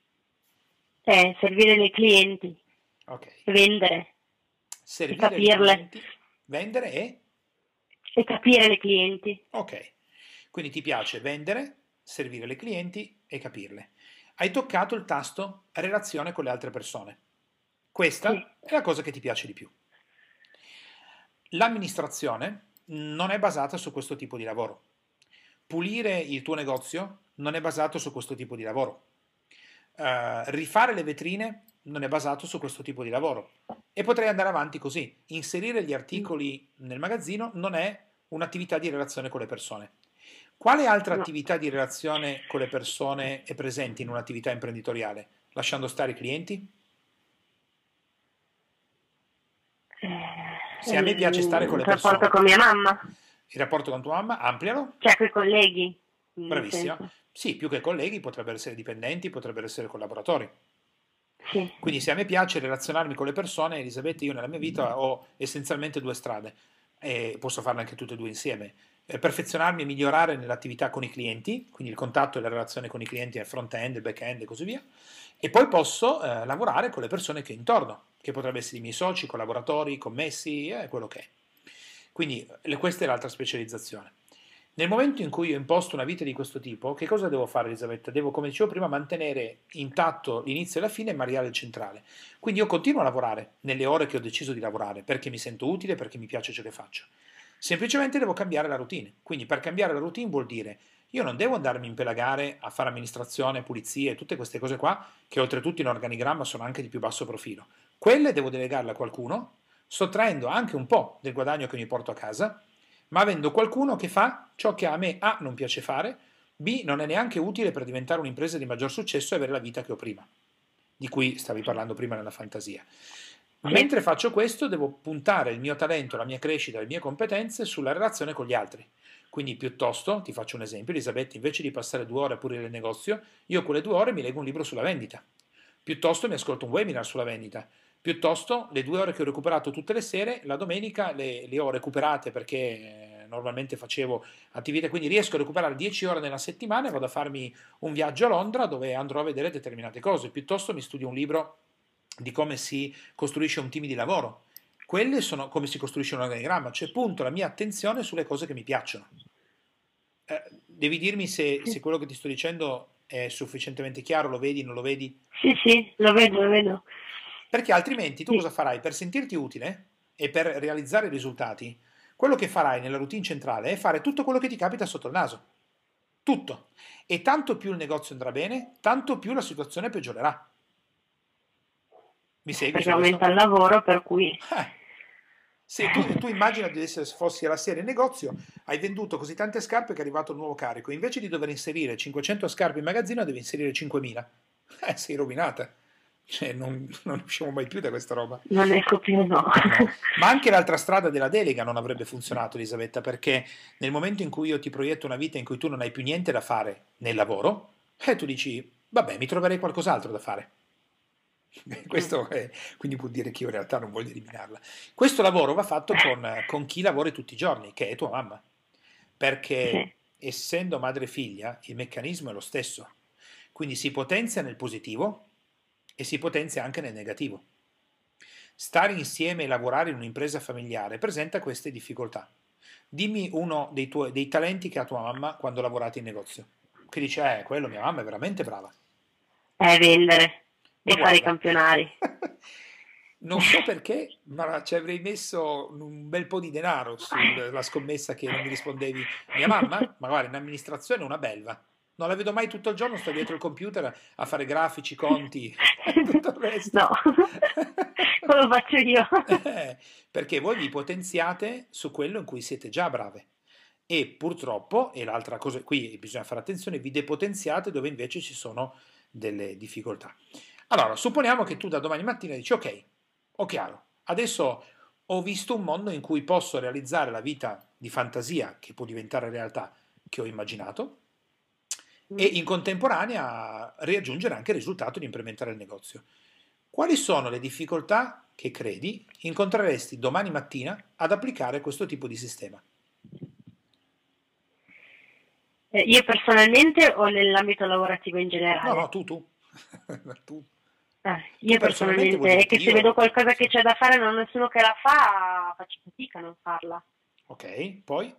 Speaker 2: Servire i clienti,
Speaker 1: Ok.
Speaker 2: vendere, e
Speaker 1: Servire i
Speaker 2: capirle,
Speaker 1: clienti, vendere
Speaker 2: e capire le clienti.
Speaker 1: Ok. Quindi ti piace vendere, servire le clienti e capirle. Hai toccato il tasto relazione con le altre persone. Questa
Speaker 2: Sì.
Speaker 1: è la cosa che ti piace di più. L'amministrazione non è basata su questo tipo di lavoro. Pulire il tuo negozio non è basato su questo tipo di lavoro. Rifare le vetrine non è basato su questo tipo di lavoro. E potrei andare avanti così. Inserire gli articoli nel magazzino non è un'attività di relazione con le persone. Quale altra
Speaker 2: No.
Speaker 1: attività di relazione con le persone è presente in un'attività imprenditoriale? Lasciando stare i clienti? Se a me piace stare con le
Speaker 2: Il rapporto
Speaker 1: persone,
Speaker 2: con mia mamma,
Speaker 1: il rapporto con tua mamma, amplialo.
Speaker 2: cioè con i colleghi, nel
Speaker 1: Bravissima.
Speaker 2: senso.
Speaker 1: Sì, più che colleghi, potrebbero essere dipendenti, potrebbero essere collaboratori.
Speaker 2: Sì.
Speaker 1: Quindi se a me piace relazionarmi con le persone, Elisabetta, io nella mia vita ho essenzialmente due strade e posso farle anche tutte e due insieme. Perfezionarmi e migliorare nell'attività con i clienti, quindi il contatto e la relazione con i clienti nel front-end, back-end e così via, e poi posso lavorare con le persone che ho intorno, che potrebbero essere i miei soci, collaboratori, commessi, quello che è. Quindi questa è l'altra specializzazione. Nel momento in cui io imposto una vita di questo tipo, che cosa devo fare, Elisabetta? Devo, come dicevo prima, mantenere intatto l'inizio e la fine e marinare il centrale. Quindi io continuo a lavorare nelle ore che ho deciso di lavorare, perché mi sento utile, perché mi piace ciò che faccio. Semplicemente devo cambiare la routine. Quindi per cambiare la routine vuol dire io non devo andarmi a impelagare a fare amministrazione, pulizie, tutte queste cose qua, che oltretutto in organigramma sono anche di più basso profilo. Quelle devo delegarle a qualcuno, sottraendo anche un po' del guadagno che mi porto a casa, ma avendo qualcuno che fa ciò che a me A non piace fare, B non è neanche utile per diventare un'impresa di maggior successo e avere la vita che ho prima, di cui stavi parlando prima nella fantasia. Mentre faccio questo devo puntare il mio talento, la mia crescita, le mie competenze sulla relazione con gli altri. Quindi piuttosto, ti faccio un esempio, Elisabetta, invece di passare 2 ore a pulire il negozio, io quelle 2 ore mi leggo un libro sulla vendita. Piuttosto mi ascolto un webinar sulla vendita. Piuttosto le 2 ore che ho recuperato tutte le sere, la domenica le ho recuperate perché normalmente facevo attività, quindi riesco a recuperare 10 ore nella settimana e vado a farmi un viaggio a Londra dove andrò a vedere determinate cose. Piuttosto mi studio un libro di come si costruisce un team di lavoro. Quelle sono come si costruisce un organigramma, cioè punto la mia attenzione sulle cose che mi piacciono. Devi dirmi se quello che ti sto dicendo è sufficientemente chiaro, lo vedi, non lo vedi?
Speaker 2: Sì, lo vedo, lo vedo.
Speaker 1: Perché altrimenti tu
Speaker 2: Sì.
Speaker 1: cosa farai? Per sentirti utile e per realizzare i risultati, quello che farai nella routine centrale è fare tutto quello che ti capita sotto il naso. Tutto. E tanto più il negozio andrà bene, tanto più la situazione peggiorerà. Mi segui
Speaker 2: Perché
Speaker 1: su questo?
Speaker 2: aumenta il lavoro, per cui
Speaker 1: Se tu immagina di essere, fossi alla serie in negozio, hai venduto così tante scarpe che è arrivato il nuovo carico, invece di dover inserire 500 scarpe in magazzino devi inserire 5000. Sei rovinata. Cioè, non usciamo mai più da questa roba.
Speaker 2: Non esco più, no.
Speaker 1: No, ma anche l'altra strada della delega non avrebbe funzionato, Elisabetta, perché nel momento in cui io ti proietto una vita in cui tu non hai più niente da fare nel lavoro, tu dici, vabbè, mi troverei qualcos'altro da fare.
Speaker 2: Mm,
Speaker 1: Questo è, quindi vuol dire che io in realtà non voglio eliminarla. Questo lavoro va fatto con chi lavori tutti i giorni, che è tua mamma, perché
Speaker 2: sì.
Speaker 1: essendo madre e figlia il meccanismo è lo stesso, quindi si potenzia nel positivo e si potenzia anche nel negativo. Stare insieme e lavorare in un'impresa familiare presenta queste difficoltà. Dimmi uno dei talenti che ha tua mamma quando lavorate in negozio, che dice, quello mia mamma è veramente brava.
Speaker 2: Vendere
Speaker 1: Ma
Speaker 2: e fare i
Speaker 1: guarda,
Speaker 2: campionari.
Speaker 1: non so perché, ma ci avrei messo un bel po' di denaro sulla scommessa che non mi rispondevi. Mia mamma, ma guarda, in amministrazione è una belva. Non la vedo mai tutto il giorno, sta dietro il computer a fare grafici, conti e tutto il resto.
Speaker 2: No, quello faccio io.
Speaker 1: Perché voi vi potenziate su quello in cui siete già brave. E purtroppo, e l'altra cosa, qui bisogna fare attenzione, vi depotenziate dove invece ci sono delle difficoltà. Allora, supponiamo che tu da domani mattina dici, ok, ho chiaro, adesso ho visto un mondo in cui posso realizzare la vita di fantasia che può diventare realtà che ho immaginato e
Speaker 2: Mm.
Speaker 1: in contemporanea raggiungere anche il risultato di implementare il negozio. Quali sono le difficoltà che credi incontreresti domani mattina ad applicare questo tipo di sistema?
Speaker 2: Io personalmente o nell'ambito lavorativo in
Speaker 1: No, no,
Speaker 2: generale?
Speaker 1: tu. tu. Tu
Speaker 2: Io
Speaker 1: personalmente vuol
Speaker 2: personalmente
Speaker 1: dire
Speaker 2: è
Speaker 1: che
Speaker 2: che se vedo
Speaker 1: io...
Speaker 2: qualcosa che
Speaker 1: Sì.
Speaker 2: c'è da fare e non ho nessuno che la fa, faccio fatica a non farla.
Speaker 1: Ok, poi?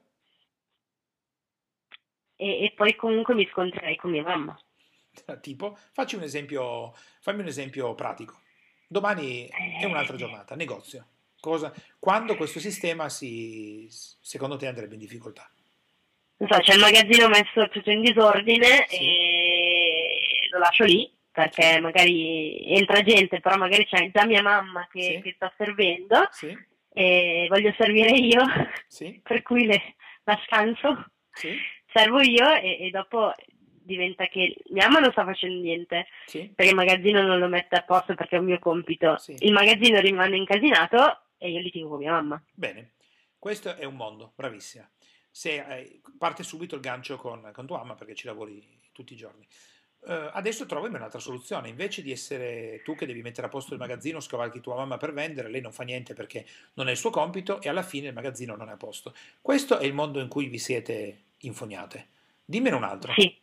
Speaker 2: E poi comunque mi scontrerei con mia mamma.
Speaker 1: Tipo, fammi un esempio pratico. Domani è un'altra
Speaker 2: Eh,
Speaker 1: giornata, negozio. Quando questo sistema secondo te andrebbe in difficoltà?
Speaker 2: Non so, c'è il magazzino messo tutto in disordine
Speaker 1: Sì,
Speaker 2: e lo lascio lì
Speaker 1: sì,
Speaker 2: perché magari entra gente, però magari c'è già mia mamma che
Speaker 1: sì,
Speaker 2: sta servendo
Speaker 1: sì,
Speaker 2: e voglio servire io,
Speaker 1: sì,
Speaker 2: per cui la scanso,
Speaker 1: sì,
Speaker 2: servo io e dopo diventa che mia mamma non sta facendo niente
Speaker 1: sì,
Speaker 2: perché il magazzino non lo mette a posto perché è un mio compito.
Speaker 1: sì.
Speaker 2: Il magazzino rimane incasinato e io litigo con mia mamma.
Speaker 1: Bene, questo è un mondo, bravissima. Parte subito il gancio con tua mamma perché ci lavori tutti i giorni. Adesso trovami un'altra soluzione. Invece di essere tu che devi mettere a posto il magazzino, scavalchi tua mamma per vendere, lei non fa niente perché non è il suo compito e alla fine il magazzino non è a posto. Questo è il mondo in cui vi siete infognate. Dimmene un altro,
Speaker 2: Sì,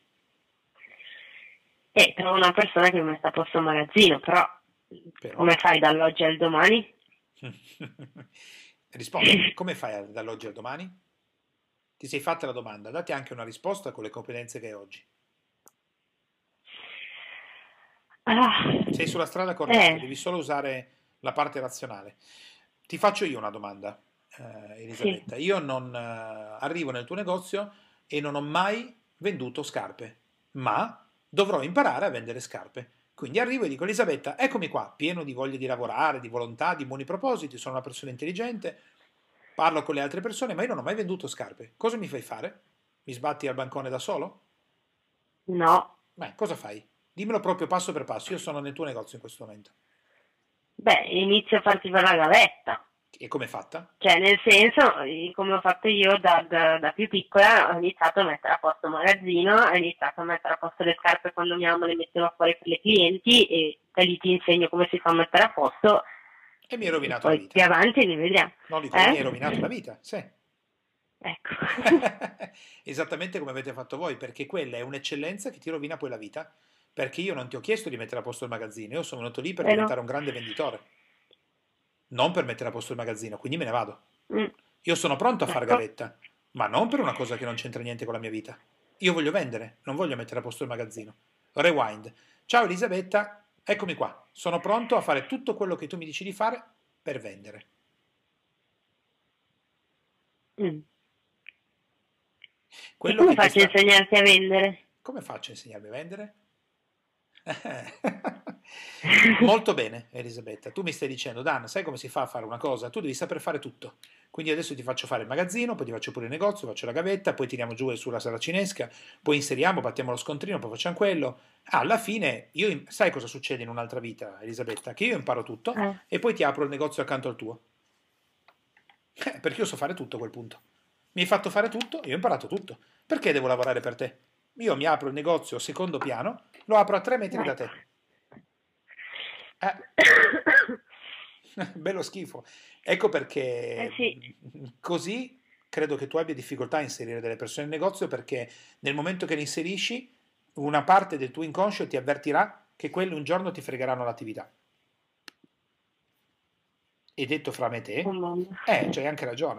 Speaker 2: e trovo una persona che mi metta a posto il magazzino, però
Speaker 1: però.
Speaker 2: come fai dall'oggi al domani?
Speaker 1: Rispondimi, come fai dall'oggi al domani? Ti sei fatta la domanda, dati anche una risposta con le competenze che hai oggi.
Speaker 2: Ah,
Speaker 1: Sei sulla strada corretta,
Speaker 2: eh,
Speaker 1: devi solo usare la parte razionale. Ti faccio io una domanda,
Speaker 2: sì.
Speaker 1: Elisabetta. Io non arrivo nel tuo negozio e non ho mai venduto scarpe, ma dovrò imparare a vendere scarpe. Quindi arrivo e dico, Elisabetta, eccomi qua, pieno di voglia di lavorare, di volontà, di buoni propositi, sono una persona intelligente, parlo con le altre persone, ma io non ho mai venduto scarpe. Cosa mi fai fare? Mi sbatti al bancone da solo?
Speaker 2: No.
Speaker 1: Beh, cosa fai? Dimmelo proprio passo per passo, io sono nel tuo negozio in questo momento.
Speaker 2: Beh, inizio a farti per la gavetta.
Speaker 1: E come è fatta?
Speaker 2: Cioè, nel senso, come ho fatto io da più piccola, ho iniziato a mettere a posto il magazzino, ho iniziato a mettere a posto le scarpe quando mia mamma le metteva fuori per le clienti e da lì ti insegno come si fa a mettere a posto
Speaker 1: E mi hai
Speaker 2: e
Speaker 1: rovinato la
Speaker 2: poi più
Speaker 1: vita.
Speaker 2: avanti ne vediamo.
Speaker 1: No, dico, e mi hai
Speaker 2: Eh?
Speaker 1: rovinato la vita, sì.
Speaker 2: Ecco.
Speaker 1: Esattamente come avete fatto voi, perché quella è un'eccellenza che ti rovina poi la vita. Perché io non ti ho chiesto di mettere a posto il magazzino, io sono venuto lì per
Speaker 2: Vero?
Speaker 1: diventare un grande venditore, non per mettere a posto il magazzino, quindi me ne vado.
Speaker 2: Mm,
Speaker 1: Io sono pronto a fare
Speaker 2: ecco.
Speaker 1: gavetta, ma non per una cosa che non c'entra niente con la mia vita. Io voglio vendere, non voglio mettere a posto il magazzino. Rewind. Ciao Elisabetta, eccomi qua. Sono pronto a fare tutto quello che tu mi dici di fare per vendere.
Speaker 2: Mm. E
Speaker 1: Quello
Speaker 2: come
Speaker 1: che ti
Speaker 2: faccio a
Speaker 1: sta...
Speaker 2: insegnarti a vendere?
Speaker 1: Come faccio a insegnarmi a vendere? Molto bene, Elisabetta. Tu mi stai dicendo, Dan, sai come si fa a fare una cosa? Tu devi saper fare tutto. Quindi adesso ti faccio fare il magazzino, poi ti faccio pure il negozio, faccio la gavetta, poi tiriamo giù sulla saracinesca, poi inseriamo, battiamo lo scontrino, poi facciamo quello. Alla fine, sai cosa succede in un'altra vita, Elisabetta? Che io imparo tutto
Speaker 2: Eh,
Speaker 1: e poi ti apro il negozio accanto al tuo. Perché io so fare tutto a quel punto. Mi hai fatto fare tutto, io ho imparato tutto. Perché devo lavorare per te? Io mi apro il negozio secondo piano, lo apro a 3 metri da te.
Speaker 2: ecco.
Speaker 1: Eh, bello schifo. Ecco perché
Speaker 2: Sì,
Speaker 1: così credo che tu abbia difficoltà a inserire delle persone in negozio perché nel momento che le inserisci, una parte del tuo inconscio ti avvertirà che quelli un giorno ti fregheranno l'attività. E detto fra me e
Speaker 2: oh
Speaker 1: te,
Speaker 2: mamma.
Speaker 1: c'hai anche ragione.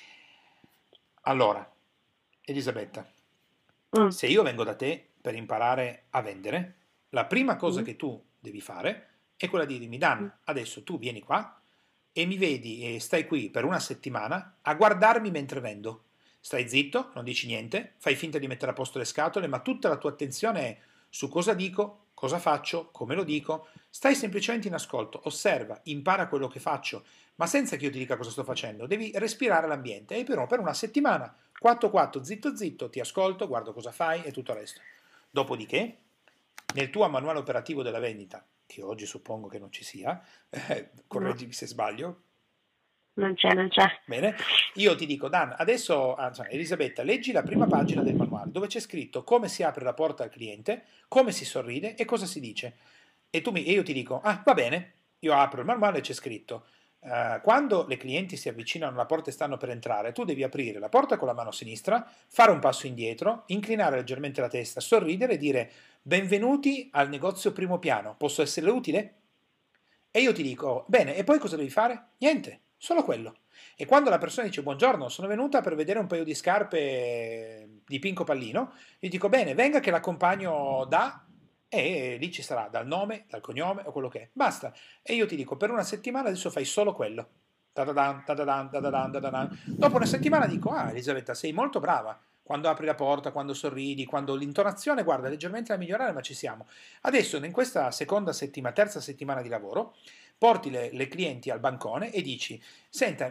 Speaker 1: Allora, Elisabetta,
Speaker 2: Mm,
Speaker 1: se io vengo da te per imparare a vendere, la prima cosa
Speaker 2: mm,
Speaker 1: che tu devi fare è quella di dirmi,
Speaker 2: mm.
Speaker 1: Dan, adesso tu vieni qua e mi vedi e stai qui per una settimana a guardarmi mentre vendo. Stai zitto, non dici niente, fai finta di mettere a posto le scatole, ma tutta la tua attenzione è su cosa dico, cosa faccio, come lo dico. Stai semplicemente in ascolto, osserva, impara quello che faccio, ma senza che io ti dica cosa sto facendo. Devi respirare l'ambiente e però per una settimana, 4-4, zitto zitto, ti ascolto, guardo cosa fai e tutto il resto. Dopodiché, nel tuo manuale operativo della vendita, che oggi suppongo che non ci sia,
Speaker 2: No,
Speaker 1: correggimi se sbaglio.
Speaker 2: non c'è, non c'è.
Speaker 1: Bene, io ti dico, Dan, adesso, Elisabetta, leggi la prima pagina del manuale dove c'è scritto come si apre la porta al cliente, come si sorride e cosa si dice. E io ti dico, ah, va bene, io apro il manuale e c'è scritto, quando le clienti si avvicinano alla porta e stanno per entrare, tu devi aprire la porta con la mano sinistra, fare un passo indietro, inclinare leggermente la testa, sorridere e dire, benvenuti al negozio primo piano, posso essere utile? E io ti dico, bene, e poi cosa devi fare? Niente, solo quello. E quando la persona dice buongiorno, sono venuta per vedere un paio di scarpe di Pinco Pallino, gli dico bene, venga che l'accompagno da e lì ci sarà dal nome, dal cognome o quello che è. Basta. E io ti dico, per una settimana adesso fai solo quello. Ta-da-dan, ta-da-dan, ta-da-dan, ta-da-dan. Dopo una settimana dico, ah Elisabetta, sei molto brava. Quando apri la porta, quando sorridi, quando l'intonazione, guarda, leggermente da migliorare, ma ci siamo. Adesso, in questa seconda settimana, terza settimana di lavoro, porti le clienti al bancone e dici, senta,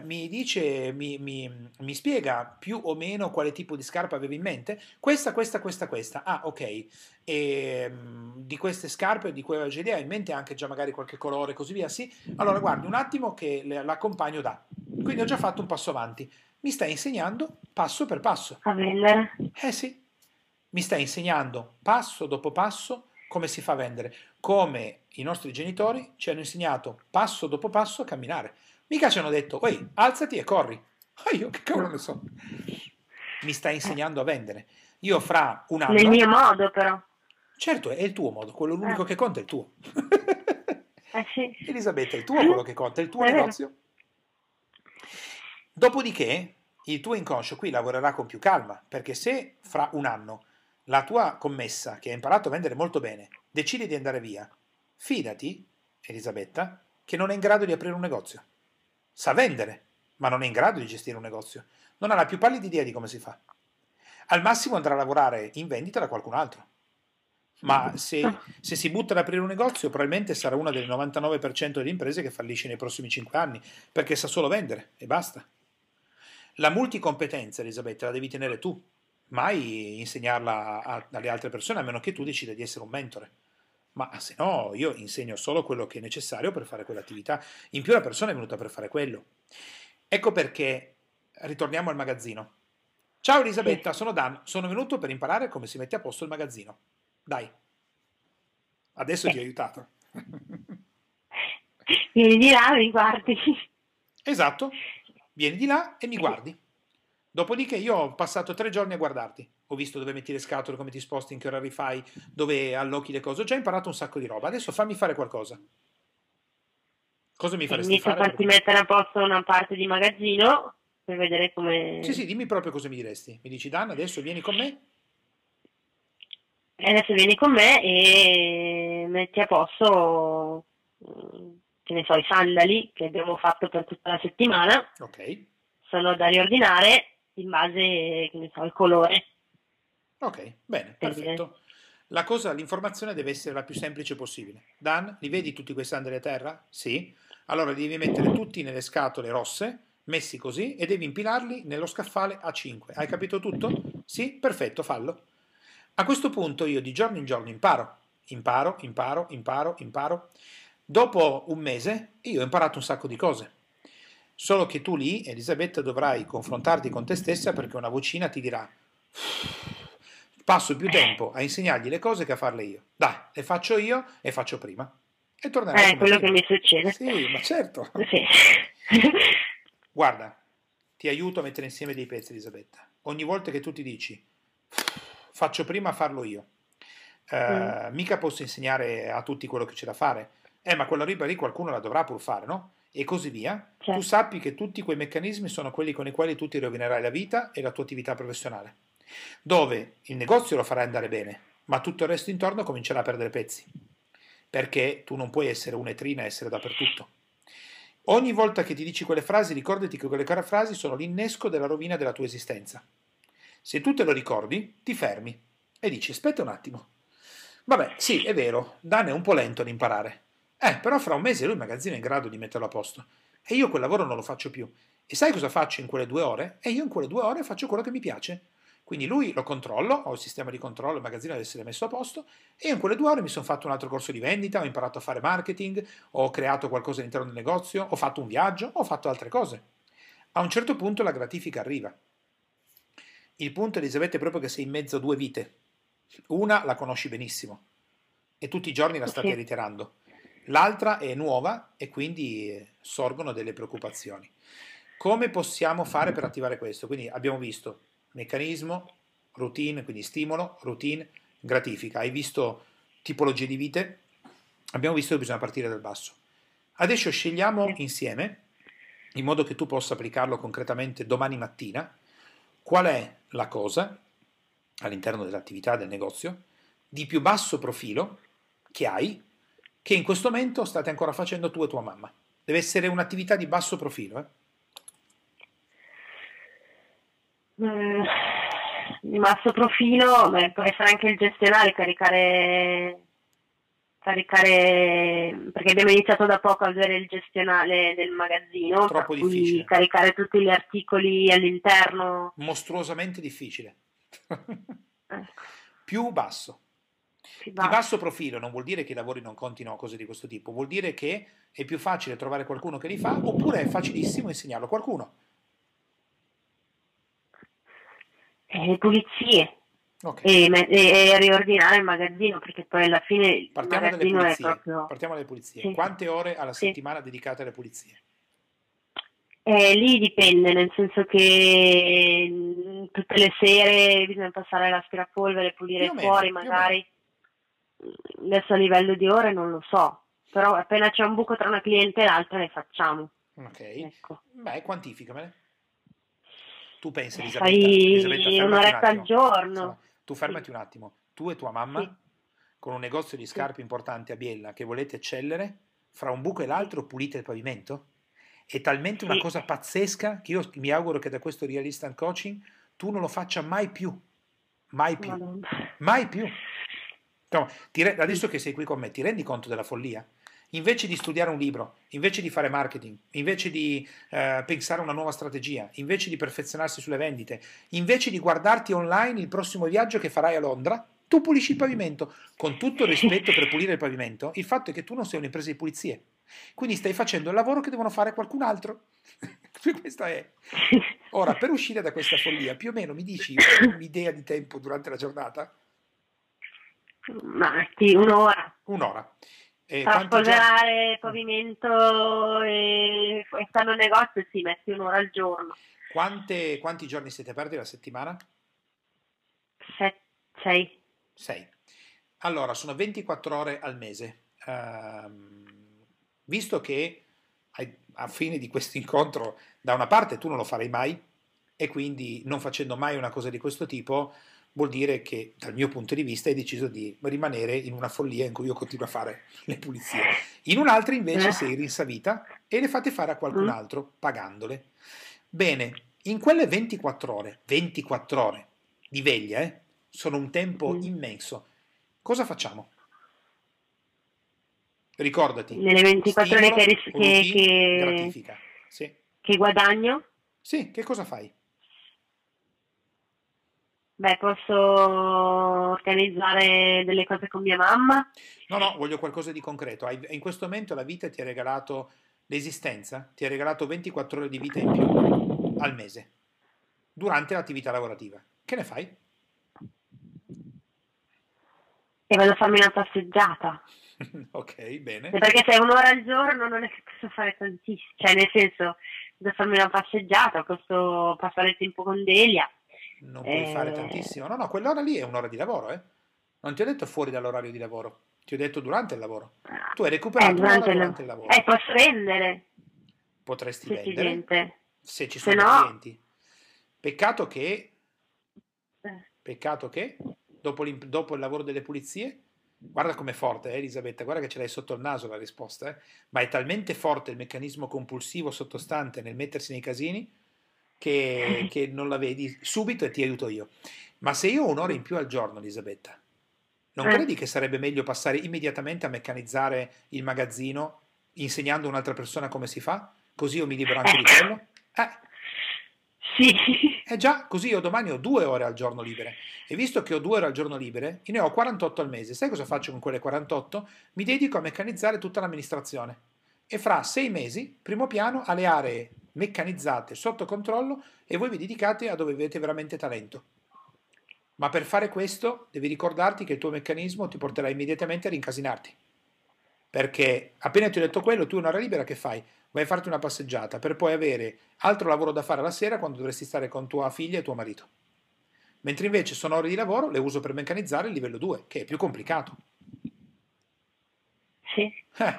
Speaker 1: mi spiega più o meno quale tipo di scarpa avevi in mente? Questa, questa, questa, questa. Ah, ok. E di queste scarpe di cui avevo già idea, hai in mente anche già magari qualche colore, così via, sì? Allora, guardi, un attimo che l'accompagno da. Quindi ho già fatto un passo avanti. Mi stai insegnando passo per passo.
Speaker 2: A vendere.
Speaker 1: Eh sì, mi stai insegnando passo dopo passo come si fa a vendere, come i nostri genitori ci hanno insegnato passo dopo passo a camminare. Mica ci hanno detto, ehi, alzati e corri. Ah, io che cavolo
Speaker 2: No.
Speaker 1: ne so. Mi stai insegnando a vendere. Io fra un
Speaker 2: Nel
Speaker 1: anno,
Speaker 2: mio modo, però.
Speaker 1: certo è il tuo modo, quello
Speaker 2: Eh,
Speaker 1: l'unico che conta è il tuo.
Speaker 2: sì.
Speaker 1: Elisabetta, è il tuo quello che conta, è il tuo
Speaker 2: È vero.
Speaker 1: negozio. Dopodiché il tuo inconscio qui lavorerà con più calma, perché se fra un anno la tua commessa, che ha imparato a vendere molto bene, decide di andare via, fidati, Elisabetta, che non è in grado di aprire un negozio. Sa vendere, ma non è in grado di gestire un negozio. Non ha la più pallida idea di come si fa. Al massimo andrà a lavorare in vendita da qualcun altro. Ma se si butta ad aprire un negozio, probabilmente sarà una delle 99% delle imprese che fallisce nei prossimi 5 anni, perché sa solo vendere e basta. La multicompetenza, Elisabetta, la devi tenere tu, mai insegnarla alle altre persone, a meno che tu decida di essere un mentore. Ma se no, io insegno solo quello che è necessario per fare quell'attività. In più la persona è venuta per fare quello. Ecco perché ritorniamo al magazzino. Ciao
Speaker 2: Sì.
Speaker 1: Elisabetta, sono Dan, sono venuto per imparare come si mette a posto il magazzino. Dai, adesso
Speaker 2: Sì.
Speaker 1: ti ho aiutato.
Speaker 2: Vieni di là, mi guardi.
Speaker 1: Esatto, vieni di là e mi guardi. Dopodiché io ho passato 3 giorni a guardarti. Ho visto dove metti le scatole, come ti sposti, in che ora rifai, dove allocchi le cose. Ho già imparato un sacco di roba. Adesso fammi fare qualcosa. Cosa mi faresti
Speaker 2: Inizio a
Speaker 1: fare?
Speaker 2: farti mettere a posto una parte di magazzino per vedere
Speaker 1: Sì,
Speaker 2: come.
Speaker 1: sì, dimmi proprio cosa mi diresti. Mi dici, Dan, adesso vieni con me?
Speaker 2: E adesso vieni con me e metti a posto, che ne so, i sandali che abbiamo fatto per tutta la settimana.
Speaker 1: Ok,
Speaker 2: Sono da riordinare in base, che ne so, al colore,
Speaker 1: ok, bene,
Speaker 2: per dire.
Speaker 1: perfetto. L'informazione deve essere la più semplice possibile. Dan, li vedi tutti quei sandali a terra? Sì. Allora li devi mettere tutti nelle scatole rosse, messi così, e devi impilarli nello scaffale a 5. Hai capito tutto? Sì? Perfetto, fallo. A questo punto io di giorno in giorno imparo. Dopo un mese io ho imparato un sacco di cose. Solo che tu lì, Elisabetta, dovrai confrontarti con te stessa perché una vocina ti dirà passo più tempo a insegnargli le cose che a farle io. Dai, le faccio io e faccio prima. E tornerai come
Speaker 2: quello
Speaker 1: prima.
Speaker 2: che mi succede.
Speaker 1: Sì, ma certo.
Speaker 2: Sì.
Speaker 1: Guarda, ti aiuto a mettere insieme dei pezzi, Elisabetta. Ogni volta che tu ti dici faccio prima a farlo io, mica posso insegnare a tutti quello che c'è da fare, ma quella roba lì qualcuno la dovrà pur fare, no? E così via.
Speaker 2: Certo.
Speaker 1: Tu sappi che tutti quei meccanismi sono quelli con i quali tu ti rovinerai la vita e la tua attività professionale, dove il negozio lo farai andare bene, ma tutto il resto intorno comincerà a perdere pezzi, perché tu non puoi essere un'etrina e essere dappertutto. Ogni volta che ti dici quelle frasi, ricordati che quelle frasi sono l'innesco della rovina della tua esistenza. Se tu te lo ricordi, ti fermi e dici, aspetta un attimo. Vabbè, sì, è vero, Dan è un po' lento ad imparare. Però fra un mese lui il magazzino è in grado di metterlo a posto. E io quel lavoro non lo faccio più. E sai cosa faccio in quelle 2 ore? E io in quelle 2 ore faccio quello che mi piace. Quindi lui lo controllo, ho il sistema di controllo, il magazzino deve essere messo a posto, e io in quelle 2 ore mi sono fatto un altro corso di vendita, ho imparato a fare marketing, ho creato qualcosa all'interno del negozio, ho fatto un viaggio, ho fatto altre cose. A un certo punto la gratifica arriva. Il punto, Elisabetta, è proprio che sei in mezzo a 2 vite. Una la conosci benissimo e tutti i giorni la state ritirando. L'altra è nuova e quindi sorgono delle preoccupazioni. Come possiamo fare per attivare questo? Quindi abbiamo visto meccanismo, routine, quindi stimolo, routine, gratifica. Hai visto tipologie di vite? Abbiamo visto che bisogna partire dal basso. Adesso scegliamo insieme, in modo che tu possa applicarlo concretamente domani mattina, qual è la cosa all'interno dell'attività del negozio di più basso profilo che hai, che in questo momento state ancora facendo tu e tua mamma. Deve essere un'attività di basso profilo.
Speaker 2: Di basso profilo, può essere anche il gestionale, caricare, perché abbiamo iniziato da poco a vedere il gestionale del magazzino,
Speaker 1: Troppo difficile.
Speaker 2: Caricare tutti gli articoli all'interno.
Speaker 1: Mostruosamente difficile.
Speaker 2: Ecco.
Speaker 1: Più basso. Di basso profilo non vuol dire che i lavori non contino o cose di questo tipo, vuol dire che è più facile trovare qualcuno che li fa, oppure è facilissimo insegnarlo a qualcuno.
Speaker 2: Le pulizie.
Speaker 1: Okay.
Speaker 2: E riordinare il magazzino, perché poi alla fine il magazzino è proprio...
Speaker 1: Partiamo dalle pulizie.
Speaker 2: Sì.
Speaker 1: Quante ore alla settimana dedicate alle pulizie?
Speaker 2: Lì dipende, nel senso che tutte le sere bisogna passare l'aspirapolvere, pulire fuori magari. Adesso a livello di ore non lo so, però appena c'è un buco tra una cliente e l'altra le facciamo.
Speaker 1: Ok,
Speaker 2: ecco.
Speaker 1: Beh, quantificamele. Tu pensi, Elisabetta,
Speaker 2: un'oretta al giorno.
Speaker 1: Tu fermati un attimo. Tu e tua mamma, con un negozio di scarpe importante a Biella, che volete eccellere, fra un buco e l'altro pulite il pavimento? È talmente una cosa pazzesca che io mi auguro che da questo Real Instant Coaching tu non lo faccia mai più. Mai più. Mai più. No, adesso che sei qui con me, ti rendi conto della follia? Invece di studiare un libro, invece di fare marketing, invece di pensare a una nuova strategia, invece di perfezionarsi sulle vendite, invece di guardarti online il prossimo viaggio che farai a Londra, tu pulisci il pavimento. Con tutto il rispetto per pulire il pavimento, il fatto è che tu non sei un'impresa di pulizie. Quindi stai facendo il lavoro che devono fare qualcun altro. Questa è. Ora, per uscire da questa follia, più o meno mi dici un'idea di tempo durante la giornata?
Speaker 2: Ma sì, un'ora.
Speaker 1: Un'ora.
Speaker 2: Tra spolverare il pavimento e stare al negozio si metti un'ora al giorno.
Speaker 1: Quanti giorni siete aperti la settimana?
Speaker 2: 6.
Speaker 1: Allora, sono 24 ore al mese. Visto che a fine di questo incontro, da una parte tu non lo farai mai, e quindi non facendo mai una cosa di questo tipo, vuol dire che dal mio punto di vista hai deciso di rimanere in una follia in cui io continuo a fare le pulizie. In un'altra invece sei rinsavita e le fate fare a qualcun altro pagandole. Bene, in quelle 24 ore di veglia, sono un tempo immenso. Cosa facciamo? Ricordati,
Speaker 2: Nelle 24 ore
Speaker 1: stimolo, routine,
Speaker 2: che,
Speaker 1: gratifica. Sì.
Speaker 2: che guadagno?
Speaker 1: Sì, che cosa fai?
Speaker 2: Beh, posso organizzare delle cose con mia mamma.
Speaker 1: No, no, voglio qualcosa di concreto. In questo momento la vita ti ha regalato l'esistenza, ti ha regalato 24 ore di vita in più al mese, durante l'attività lavorativa. Che ne fai?
Speaker 2: E vado a farmi una passeggiata.
Speaker 1: Ok, bene.
Speaker 2: Perché se è un'ora al giorno non è che posso fare tantissimo, cioè nel senso, devo farmi una passeggiata, posso passare il tempo con Delia.
Speaker 1: Non puoi fare tantissimo. No, no, quell'ora lì è un'ora di lavoro, eh? Non ti ho detto fuori dall'orario di lavoro, ti ho detto durante il lavoro. Tu hai recuperato un'ora durante il lavoro.
Speaker 2: Posso vendere
Speaker 1: Potresti
Speaker 2: se c'è
Speaker 1: vendere
Speaker 2: gente.
Speaker 1: se ci
Speaker 2: Se
Speaker 1: sono
Speaker 2: no,
Speaker 1: clienti. Peccato che dopo il lavoro delle pulizie, guarda com'è forte, Elisabetta, guarda che ce l'hai sotto il naso la risposta, ma è talmente forte il meccanismo compulsivo sottostante nel mettersi nei casini che non la vedi subito e ti aiuto io. Ma se io ho un'ora in più al giorno, Elisabetta, non credi che sarebbe meglio passare immediatamente a meccanizzare il magazzino insegnando a un'altra persona come si fa? Così io mi libero anche di quello?
Speaker 2: Sì.
Speaker 1: Già, così io domani ho 2 ore al giorno libere. E visto che ho 2 ore al giorno libere, io ne ho 48 al mese. Sai cosa faccio con quelle 48? Mi dedico a meccanizzare tutta l'amministrazione. E fra 6 mesi, primo piano, alle aree meccanizzate sotto controllo e voi vi dedicate a dove avete veramente talento. Ma per fare questo devi ricordarti che il tuo meccanismo ti porterà immediatamente a rincasinarti. Perché appena ti ho detto quello, tu un'ora libera che fai? Vai a farti una passeggiata per poi avere altro lavoro da fare la sera quando dovresti stare con tua figlia e tuo marito. Mentre invece sono ore di lavoro, le uso per meccanizzare il livello 2, che è più complicato.
Speaker 2: Sì.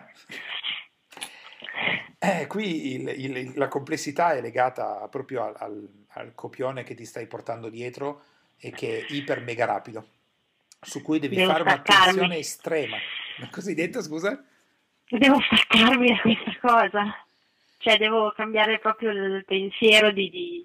Speaker 1: Qui la complessità è legata proprio al copione che ti stai portando dietro e che è iper mega rapido, su cui devi
Speaker 2: Devo
Speaker 1: fare
Speaker 2: staccarmi.
Speaker 1: un'attenzione estrema. Cosa hai detto, scusa?
Speaker 2: Devo staccarmi da questa cosa. Cioè devo cambiare proprio il pensiero il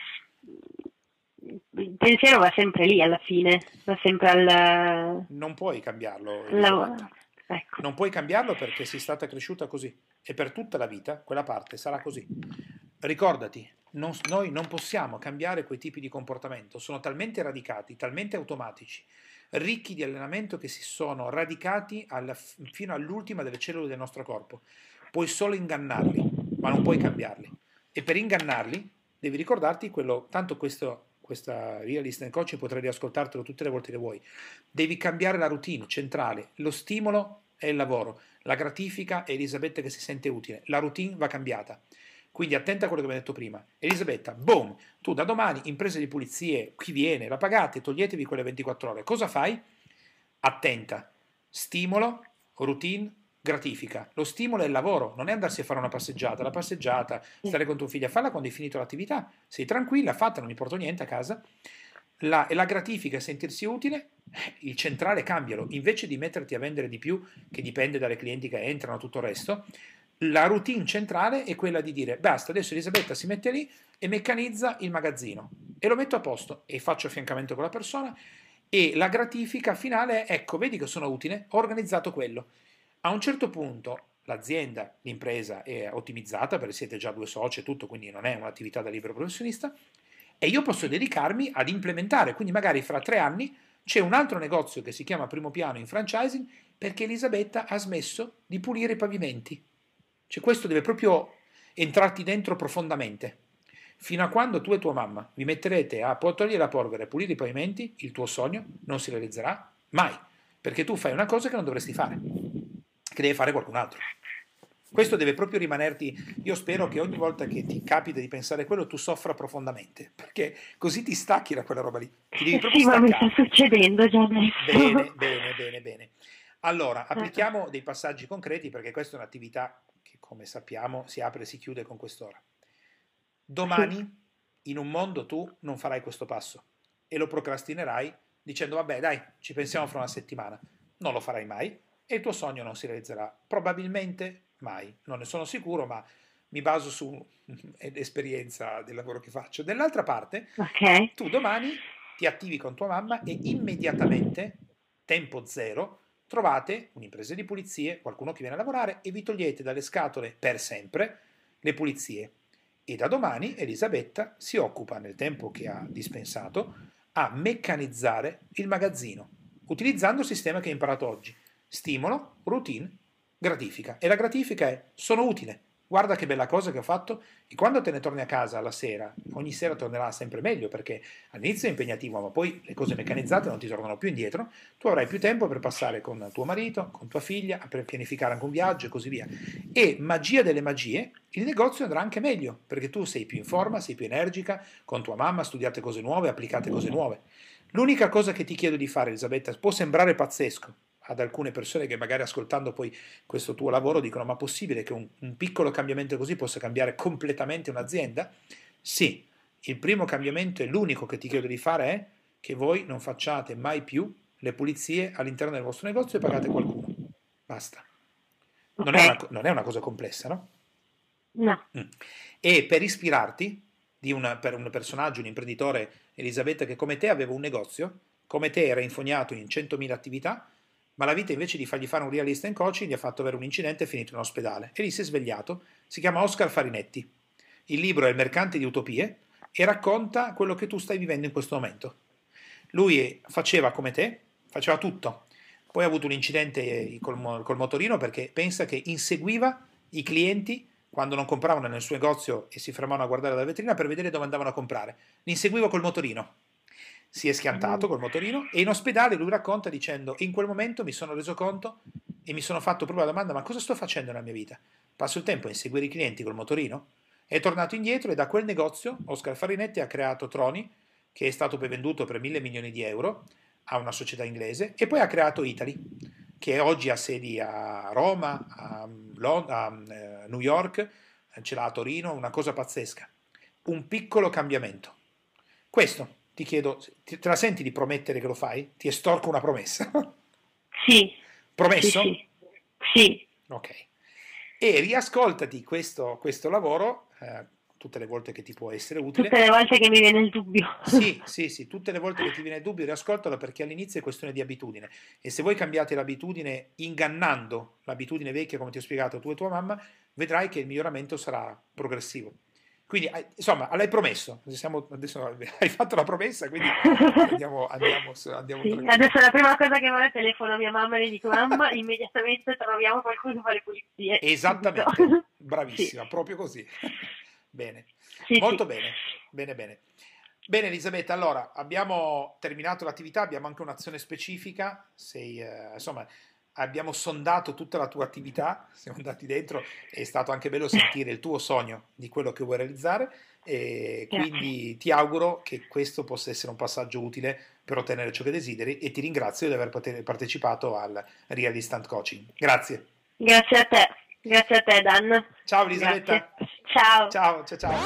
Speaker 2: pensiero va sempre lì alla fine, va sempre al
Speaker 1: Non puoi cambiarlo,
Speaker 2: lavoro.
Speaker 1: Elisabetta.
Speaker 2: Ecco.
Speaker 1: Non puoi cambiarlo perché sei stata cresciuta così e per tutta la vita quella parte sarà così. Ricordati, noi non possiamo cambiare quei tipi di comportamento, sono talmente radicati, talmente automatici, ricchi di allenamento che si sono radicati fino all'ultima delle cellule del nostro corpo. Puoi solo ingannarli, ma non puoi cambiarli. E per ingannarli devi ricordarti quello, tanto questa Realist and Coaching potrai riascoltartelo tutte le volte che vuoi. Devi cambiare la routine centrale, lo stimolo è il lavoro, la gratifica è Elisabetta che si sente utile, la routine va cambiata. Quindi attenta a quello che abbiamo detto prima. Elisabetta, boom, tu da domani imprese di pulizie, chi viene, la pagate, toglietevi quelle 24 ore. Cosa fai? Attenta, stimolo, routine, gratifica. Lo stimolo è il lavoro, non è andarsi a fare una passeggiata. La passeggiata, stare con tuo figlio a farla quando hai finito l'attività. Sei tranquilla, fatta, non mi porto niente a casa. E la gratifica è sentirsi utile, il centrale cambialo. Invece di metterti a vendere di più, che dipende dalle clienti che entrano, tutto il resto, la routine centrale è quella di dire basta, adesso Elisabetta si mette lì e meccanizza il magazzino e lo metto a posto e faccio affiancamento con la persona e la gratifica finale è ecco, vedi che sono utile, ho organizzato quello. A un certo punto l'azienda, l'impresa è ottimizzata perché siete già 2 soci e tutto, quindi non è un'attività da libero professionista e io posso dedicarmi ad implementare, quindi magari fra 3 anni c'è un altro negozio che si chiama Primo Piano in franchising perché Elisabetta ha smesso di pulire i pavimenti. Cioè questo deve proprio entrarti dentro profondamente. Fino a quando tu e tua mamma vi metterete a togliere la polvere e pulire i pavimenti, il tuo sogno non si realizzerà mai, perché tu fai una cosa che non dovresti fare, che deve fare qualcun altro. Questo deve proprio rimanerti. Io spero che ogni volta che ti capita di pensare a quello tu soffra profondamente, perché così ti stacchi da quella roba lì. Ti devi proprio
Speaker 2: staccare.
Speaker 1: Ma
Speaker 2: mi sta succedendo già adesso.
Speaker 1: Bene. Allora, applichiamo dei passaggi concreti perché questa è un'attività che, come sappiamo, si apre e si chiude con quest'ora. Domani, in un mondo, tu non farai questo passo e lo procrastinerai dicendo vabbè dai, ci pensiamo fra una settimana. Non lo farai mai e il tuo sogno non si realizzerà. Probabilmente mai, non ne sono sicuro, ma mi baso su esperienza del lavoro che faccio. Dall'altra parte, tu domani ti attivi con tua mamma e immediatamente tempo zero, trovate un'impresa di pulizie, qualcuno che viene a lavorare e vi togliete dalle scatole per sempre le pulizie. E da domani Elisabetta si occupa, nel tempo che ha dispensato, a meccanizzare il magazzino, utilizzando il sistema che hai imparato oggi. Stimolo, routine, gratifica. E la gratifica è: sono utile, guarda che bella cosa che ho fatto. E quando te ne torni a casa alla sera, ogni sera tornerà sempre meglio, perché all'inizio è impegnativo, ma poi le cose meccanizzate non ti tornano più indietro. Tu avrai più tempo per passare con tuo marito, con tua figlia, per pianificare anche un viaggio e così via. E magia delle magie, il negozio andrà anche meglio, perché tu sei più in forma, sei più energica, con tua mamma studiate cose nuove, applicate cose nuove. L'unica cosa che ti chiedo di fare, Elisabetta, può sembrare pazzesco ad alcune persone che magari ascoltando poi questo tuo lavoro dicono: ma possibile che un piccolo cambiamento così possa cambiare completamente un'azienda? Sì, il primo cambiamento e l'unico che ti chiedo di fare è che voi non facciate mai più le pulizie all'interno del vostro negozio e pagate qualcuno. Basta.
Speaker 2: Okay.
Speaker 1: Non è una cosa complessa, no?
Speaker 2: No.
Speaker 1: E per ispirarti per un personaggio, un imprenditore, Elisabetta, che come te aveva un negozio, come te era infognato in 100.000 attività, ma la vita invece di fargli fare un realista in coaching gli ha fatto avere un incidente e è finito in ospedale. E lì si è svegliato. Si chiama Oscar Farinetti. Il libro è Il mercante di utopie e racconta quello che tu stai vivendo in questo momento. Lui faceva come te, faceva tutto. Poi ha avuto un incidente col motorino perché pensa che inseguiva i clienti quando non compravano nel suo negozio e si fermavano a guardare dalla vetrina per vedere dove andavano a comprare. Li inseguiva col motorino. Si è schiantato col motorino e in ospedale lui racconta dicendo: in quel momento mi sono reso conto e mi sono fatto proprio la domanda: ma cosa sto facendo nella mia vita? Passo il tempo a inseguire i clienti col motorino? È tornato indietro e da quel negozio Oscar Farinetti ha creato Troni, che è stato poi venduto per 1.000 milioni di euro a una società inglese, e poi ha creato Italy, che oggi ha sedi a Roma, a New York, ce l'ha a Torino, una cosa pazzesca. Un piccolo cambiamento. Questo ti chiedo, te la senti di promettere che lo fai? Ti estorco una promessa.
Speaker 2: Sì.
Speaker 1: Promesso?
Speaker 2: Sì. Sì.
Speaker 1: Ok. E riascoltati questo lavoro tutte le volte che ti può essere utile.
Speaker 2: Tutte le volte che mi viene il dubbio.
Speaker 1: Sì, tutte le volte che ti viene il dubbio riascoltalo, perché all'inizio è questione di abitudine. E se voi cambiate l'abitudine ingannando l'abitudine vecchia, come ti ho spiegato tu e tua mamma, vedrai che il miglioramento sarà progressivo. Quindi, insomma, l'hai promesso. Adesso hai fatto la promessa, quindi andiamo
Speaker 2: sì, adesso la prima cosa che vado, telefono a mia mamma e le dico: mamma, immediatamente troviamo qualcuno che fa le pulizie.
Speaker 1: Esattamente, bravissima, sì. Proprio così. Bene, sì, molto sì. Bene. Bene Elisabetta, allora abbiamo terminato l'attività, abbiamo anche un'azione specifica, insomma abbiamo sondato tutta la tua attività, siamo andati dentro, è stato anche bello sentire il tuo sogno di quello che vuoi realizzare e quindi ti auguro che questo possa essere un passaggio utile per ottenere ciò che desideri e ti ringrazio di aver partecipato al Real Instant Coaching. Grazie.
Speaker 2: Grazie a te Dan.
Speaker 1: Ciao Elisabetta.
Speaker 2: Grazie.
Speaker 1: Ciao.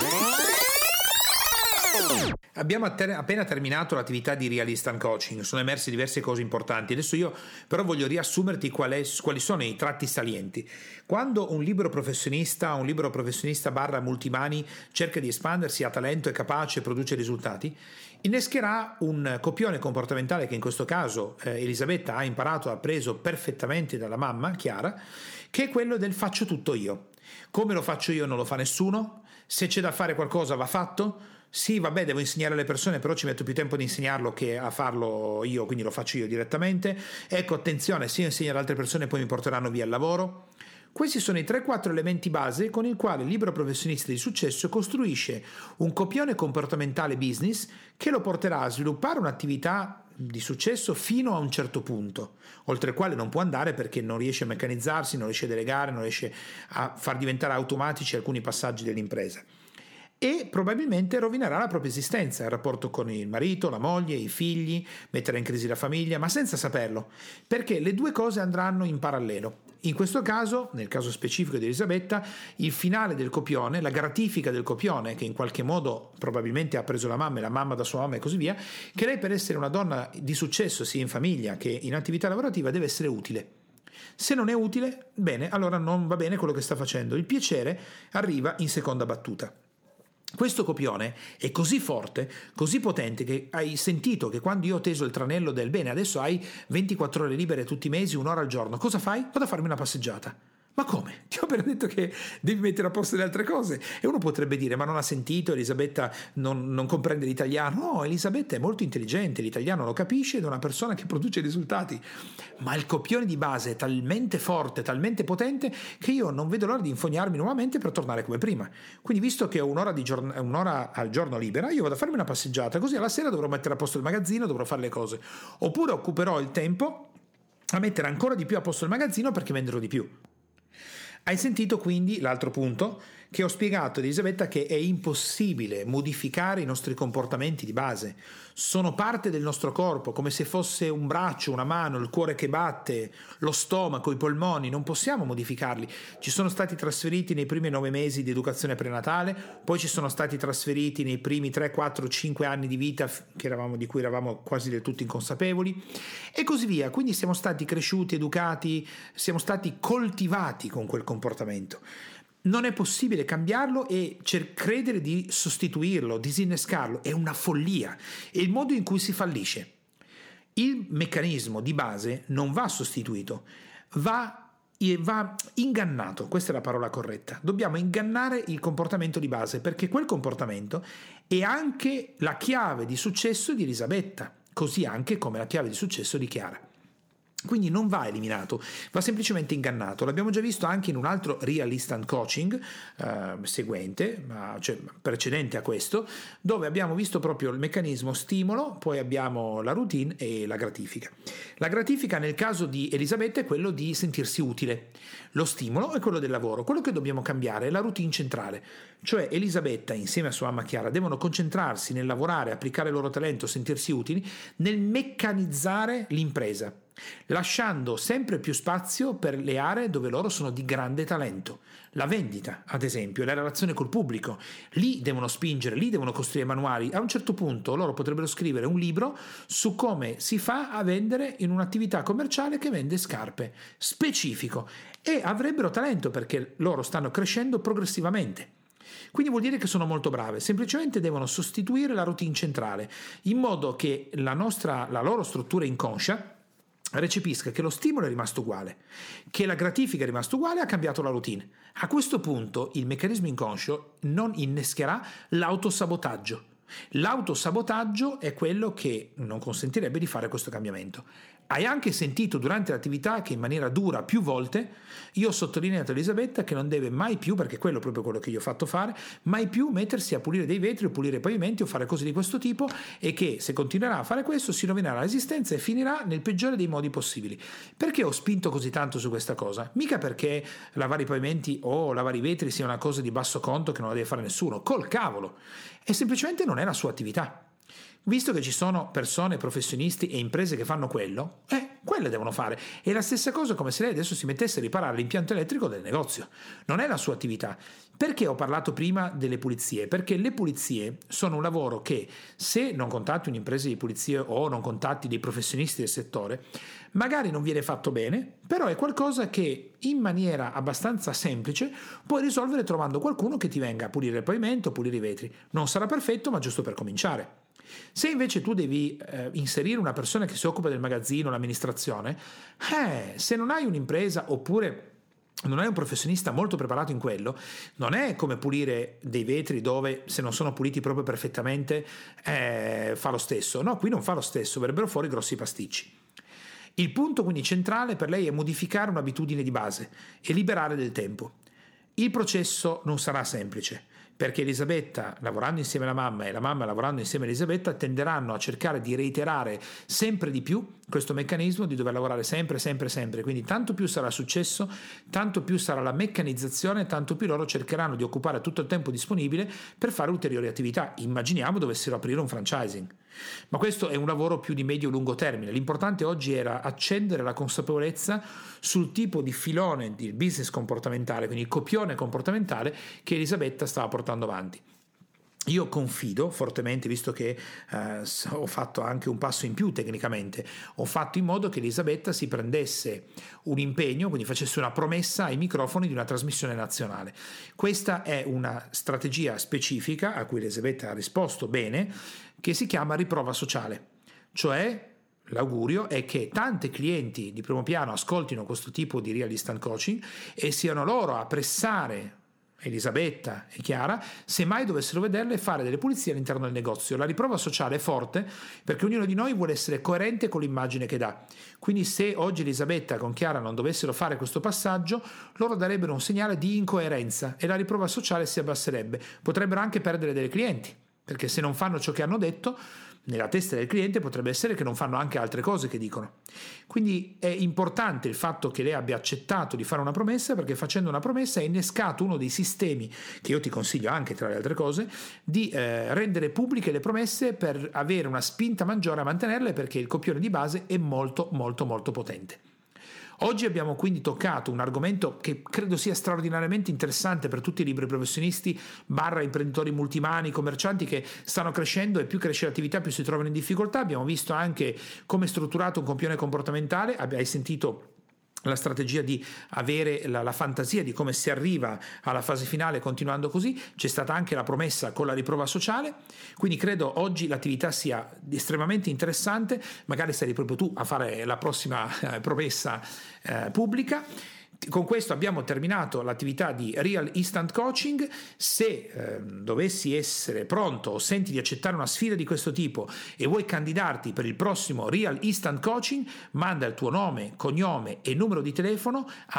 Speaker 1: Abbiamo appena terminato l'attività di Real Instant Coaching, sono emerse diverse cose importanti. Adesso io però voglio riassumerti quali sono i tratti salienti. Quando un libero professionista barra multimani cerca di espandersi, ha talento, è capace, produce risultati, innescherà un copione comportamentale che in questo caso Elisabetta ha imparato, ha preso perfettamente dalla mamma, Chiara, che è quello del faccio tutto io. Come lo faccio io non lo fa nessuno, se c'è da fare qualcosa va fatto. Sì, vabbè, devo insegnare alle persone, però ci metto più tempo ad insegnarlo che a farlo io, quindi lo faccio io direttamente. Ecco, attenzione, se io insegno ad altre persone poi mi porteranno via il lavoro. Questi sono i 3-4 elementi base con il quale il libero professionista di successo costruisce un copione comportamentale business che lo porterà a sviluppare un'attività di successo fino a un certo punto, oltre il quale non può andare perché non riesce a meccanizzarsi, non riesce a delegare, non riesce a far diventare automatici alcuni passaggi dell'impresa. E probabilmente rovinerà la propria esistenza, il rapporto con il marito, la moglie, i figli, metterà in crisi la famiglia, ma senza saperlo, perché le due cose andranno in parallelo. In questo caso, nel caso specifico di Elisabetta, il finale del copione, la gratifica del copione, che in qualche modo probabilmente ha preso la mamma e la mamma da sua mamma e così via, che lei per essere una donna di successo sia in famiglia che in attività lavorativa deve essere utile. Se non è utile, bene, allora non va bene quello che sta facendo. Il piacere arriva in seconda battuta. Questo copione è così forte, così potente, che hai sentito che quando io ho teso il tranello del bene, adesso hai 24 ore libere tutti i mesi, 1 ora al giorno, cosa fai? Vado a farmi una passeggiata. Ma come? Ti ho appena detto che devi mettere a posto le altre cose. E uno potrebbe dire, ma non ha sentito, Elisabetta non comprende l'italiano. No, Elisabetta è molto intelligente, l'italiano lo capisce ed è una persona che produce risultati. Ma il copione di base è talmente forte, talmente potente, che io non vedo l'ora di infognarmi nuovamente per tornare come prima. Quindi, visto che ho un'ora al giorno libera, io vado a farmi una passeggiata, così alla sera dovrò mettere a posto il magazzino, dovrò fare le cose. Oppure occuperò il tempo a mettere ancora di più a posto il magazzino perché venderò di più. Hai sentito quindi l'altro punto che ho spiegato ad Elisabetta, che è impossibile modificare i nostri comportamenti di base. Sono parte del nostro corpo, come se fosse un braccio, una mano, il cuore che batte, lo stomaco, i polmoni, non possiamo modificarli. Ci sono stati trasferiti nei primi 9 mesi di educazione prenatale, poi ci sono stati trasferiti nei primi 3, 4, 5 anni di vita di cui eravamo quasi del tutto inconsapevoli e così via. Quindi siamo stati cresciuti, educati, siamo stati coltivati con quel comportamento. Non è possibile cambiarlo e credere di sostituirlo, disinnescarlo, è una follia, è il modo in cui si fallisce. Il meccanismo di base non va sostituito, va ingannato, questa è la parola corretta. Dobbiamo ingannare il comportamento di base, perché quel comportamento è anche la chiave di successo di Elisabetta, così anche come la chiave di successo di Chiara. Quindi non va eliminato, va semplicemente ingannato. L'abbiamo già visto anche in un altro Real Instant Coaching precedente a questo, dove abbiamo visto proprio il meccanismo stimolo, poi abbiamo la routine e la gratifica. La gratifica nel caso di Elisabetta è quello di sentirsi utile, lo stimolo è quello del lavoro. Quello che dobbiamo cambiare è la routine centrale, cioè Elisabetta insieme a sua mamma Chiara devono concentrarsi nel lavorare, applicare il loro talento, sentirsi utili, nel meccanizzare l'impresa, lasciando sempre più spazio per le aree dove loro sono di grande talento. La vendita, ad esempio, la relazione col pubblico. Lì devono spingere, lì devono costruire manuali. A un certo punto loro potrebbero scrivere un libro su come si fa a vendere in un'attività commerciale che vende scarpe, specifico, e avrebbero talento perché loro stanno crescendo progressivamente. Quindi vuol dire che sono molto brave, semplicemente devono sostituire la routine centrale in modo che la loro struttura inconscia recepisca che lo stimolo è rimasto uguale, che la gratifica è rimasta uguale, ha cambiato la routine. A questo punto il meccanismo inconscio non innescherà l'autosabotaggio. L'autosabotaggio è quello che non consentirebbe di fare questo cambiamento. Hai anche sentito durante l'attività che in maniera dura più volte io ho sottolineato a Elisabetta che non deve mai più, perché quello è proprio quello che gli ho fatto fare, mai più mettersi a pulire dei vetri o pulire i pavimenti o fare cose di questo tipo, e che se continuerà a fare questo si rovinerà l'esistenza e finirà nel peggiore dei modi possibili. Perché ho spinto così tanto su questa cosa? Mica perché lavare i pavimenti o lavare i vetri sia una cosa di basso conto che non la deve fare nessuno, col cavolo, e semplicemente non è la sua attività. Visto che ci sono persone, professionisti e imprese che fanno quello, quelle devono fare. È la stessa cosa come se lei adesso si mettesse a riparare l'impianto elettrico del negozio. Non è la sua attività. Perché ho parlato prima delle pulizie? Perché le pulizie sono un lavoro che, se non contatti un'impresa di pulizie o non contatti dei professionisti del settore, magari non viene fatto bene, però è qualcosa che in maniera abbastanza semplice puoi risolvere trovando qualcuno che ti venga a pulire il pavimento, pulire i vetri. Non sarà perfetto, ma giusto per cominciare. Se invece tu devi inserire una persona che si occupa del magazzino, l'amministrazione, se non hai un'impresa oppure non hai un professionista molto preparato in quello, non è come pulire dei vetri dove se non sono puliti proprio perfettamente fa lo stesso. No, qui non fa lo stesso, verrebbero fuori grossi pasticci. Il punto quindi centrale per lei è modificare un'abitudine di base e liberare del tempo. Il processo non sarà semplice, perché Elisabetta, lavorando insieme alla mamma e la mamma lavorando insieme a Elisabetta, tenderanno a cercare di reiterare sempre di più questo meccanismo di dover lavorare sempre, sempre, sempre. Quindi tanto più sarà successo, tanto più sarà la meccanizzazione, tanto più loro cercheranno di occupare tutto il tempo disponibile per fare ulteriori attività. Immaginiamo dovessero aprire un franchising. Ma questo è un lavoro più di medio-lungo termine. L'importante oggi era accendere la consapevolezza sul tipo di filone di business comportamentale, quindi il copione comportamentale che Elisabetta stava portando avanti. io confido fortemente, visto che ho fatto anche un passo in più tecnicamente, ho fatto in modo che Elisabetta si prendesse un impegno, quindi facesse una promessa ai microfoni di una trasmissione nazionale. Questa è una strategia specifica a cui Elisabetta ha risposto bene, che si chiama riprova sociale, cioè l'augurio è che tanti clienti di primo piano ascoltino questo tipo di Real Instant Coaching e siano loro a pressare Elisabetta e Chiara, se mai dovessero vederle fare delle pulizie all'interno del negozio. La riprova sociale è forte perché ognuno di noi vuole essere coerente con l'immagine che dà. Quindi se oggi Elisabetta con Chiara non dovessero fare questo passaggio, loro darebbero un segnale di incoerenza e la riprova sociale si abbasserebbe. Potrebbero anche perdere dei clienti, perché se non fanno ciò che hanno detto, nella testa del cliente potrebbe essere che non fanno anche altre cose che dicono. Quindi è importante il fatto che lei abbia accettato di fare una promessa, perché facendo una promessa è innescato uno dei sistemi che io ti consiglio anche, tra le altre cose, di rendere pubbliche le promesse per avere una spinta maggiore a mantenerle, perché il copione di base è molto molto molto potente. Oggi abbiamo quindi toccato un argomento che credo sia straordinariamente interessante per tutti i liberi professionisti / imprenditori multimani, commercianti che stanno crescendo, e più cresce l'attività più si trovano in difficoltà. Abbiamo visto anche come è strutturato un copione comportamentale, hai sentito la strategia di avere la fantasia di come si arriva alla fase finale continuando così. C'è stata anche la promessa con la riprova sociale, quindi credo oggi l'attività sia estremamente interessante. Magari sarai proprio tu a fare la prossima promessa pubblica. Con questo abbiamo terminato l'attività di Real Instant Coaching. Se dovessi essere pronto o senti di accettare una sfida di questo tipo e vuoi candidarti per il prossimo Real Instant Coaching, manda il tuo nome, cognome e numero di telefono a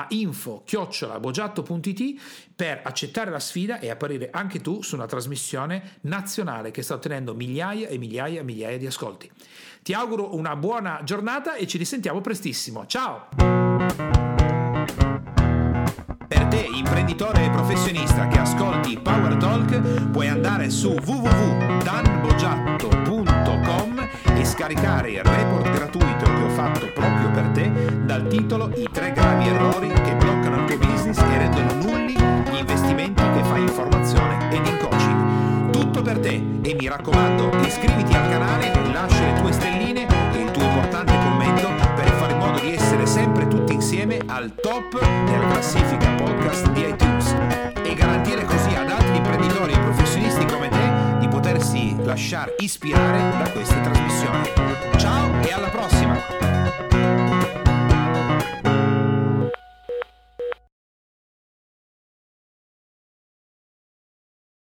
Speaker 1: info@bogiatto.it per accettare la sfida e apparire anche tu su una trasmissione nazionale che sta ottenendo migliaia e migliaia e migliaia di ascolti. Ti auguro una buona giornata e ci risentiamo prestissimo. Ciao! Per te, imprenditore e professionista che ascolti Power Talk, puoi andare su www.danbogiatto.com e scaricare il report gratuito che ho fatto proprio per te dal titolo I 3 gravi errori che bloccano il tuo business e rendono nulli gli investimenti che fai in formazione ed in coaching. Tutto per te, e mi raccomando, iscriviti al canale, lascia le tue stelline e il tuo importante commento per fare in modo di essere sempre tutti insieme al top della classifica podcast di iTunes e garantire così ad altri imprenditori e professionisti come te di potersi lasciare ispirare da queste trasmissioni. Ciao e alla prossima!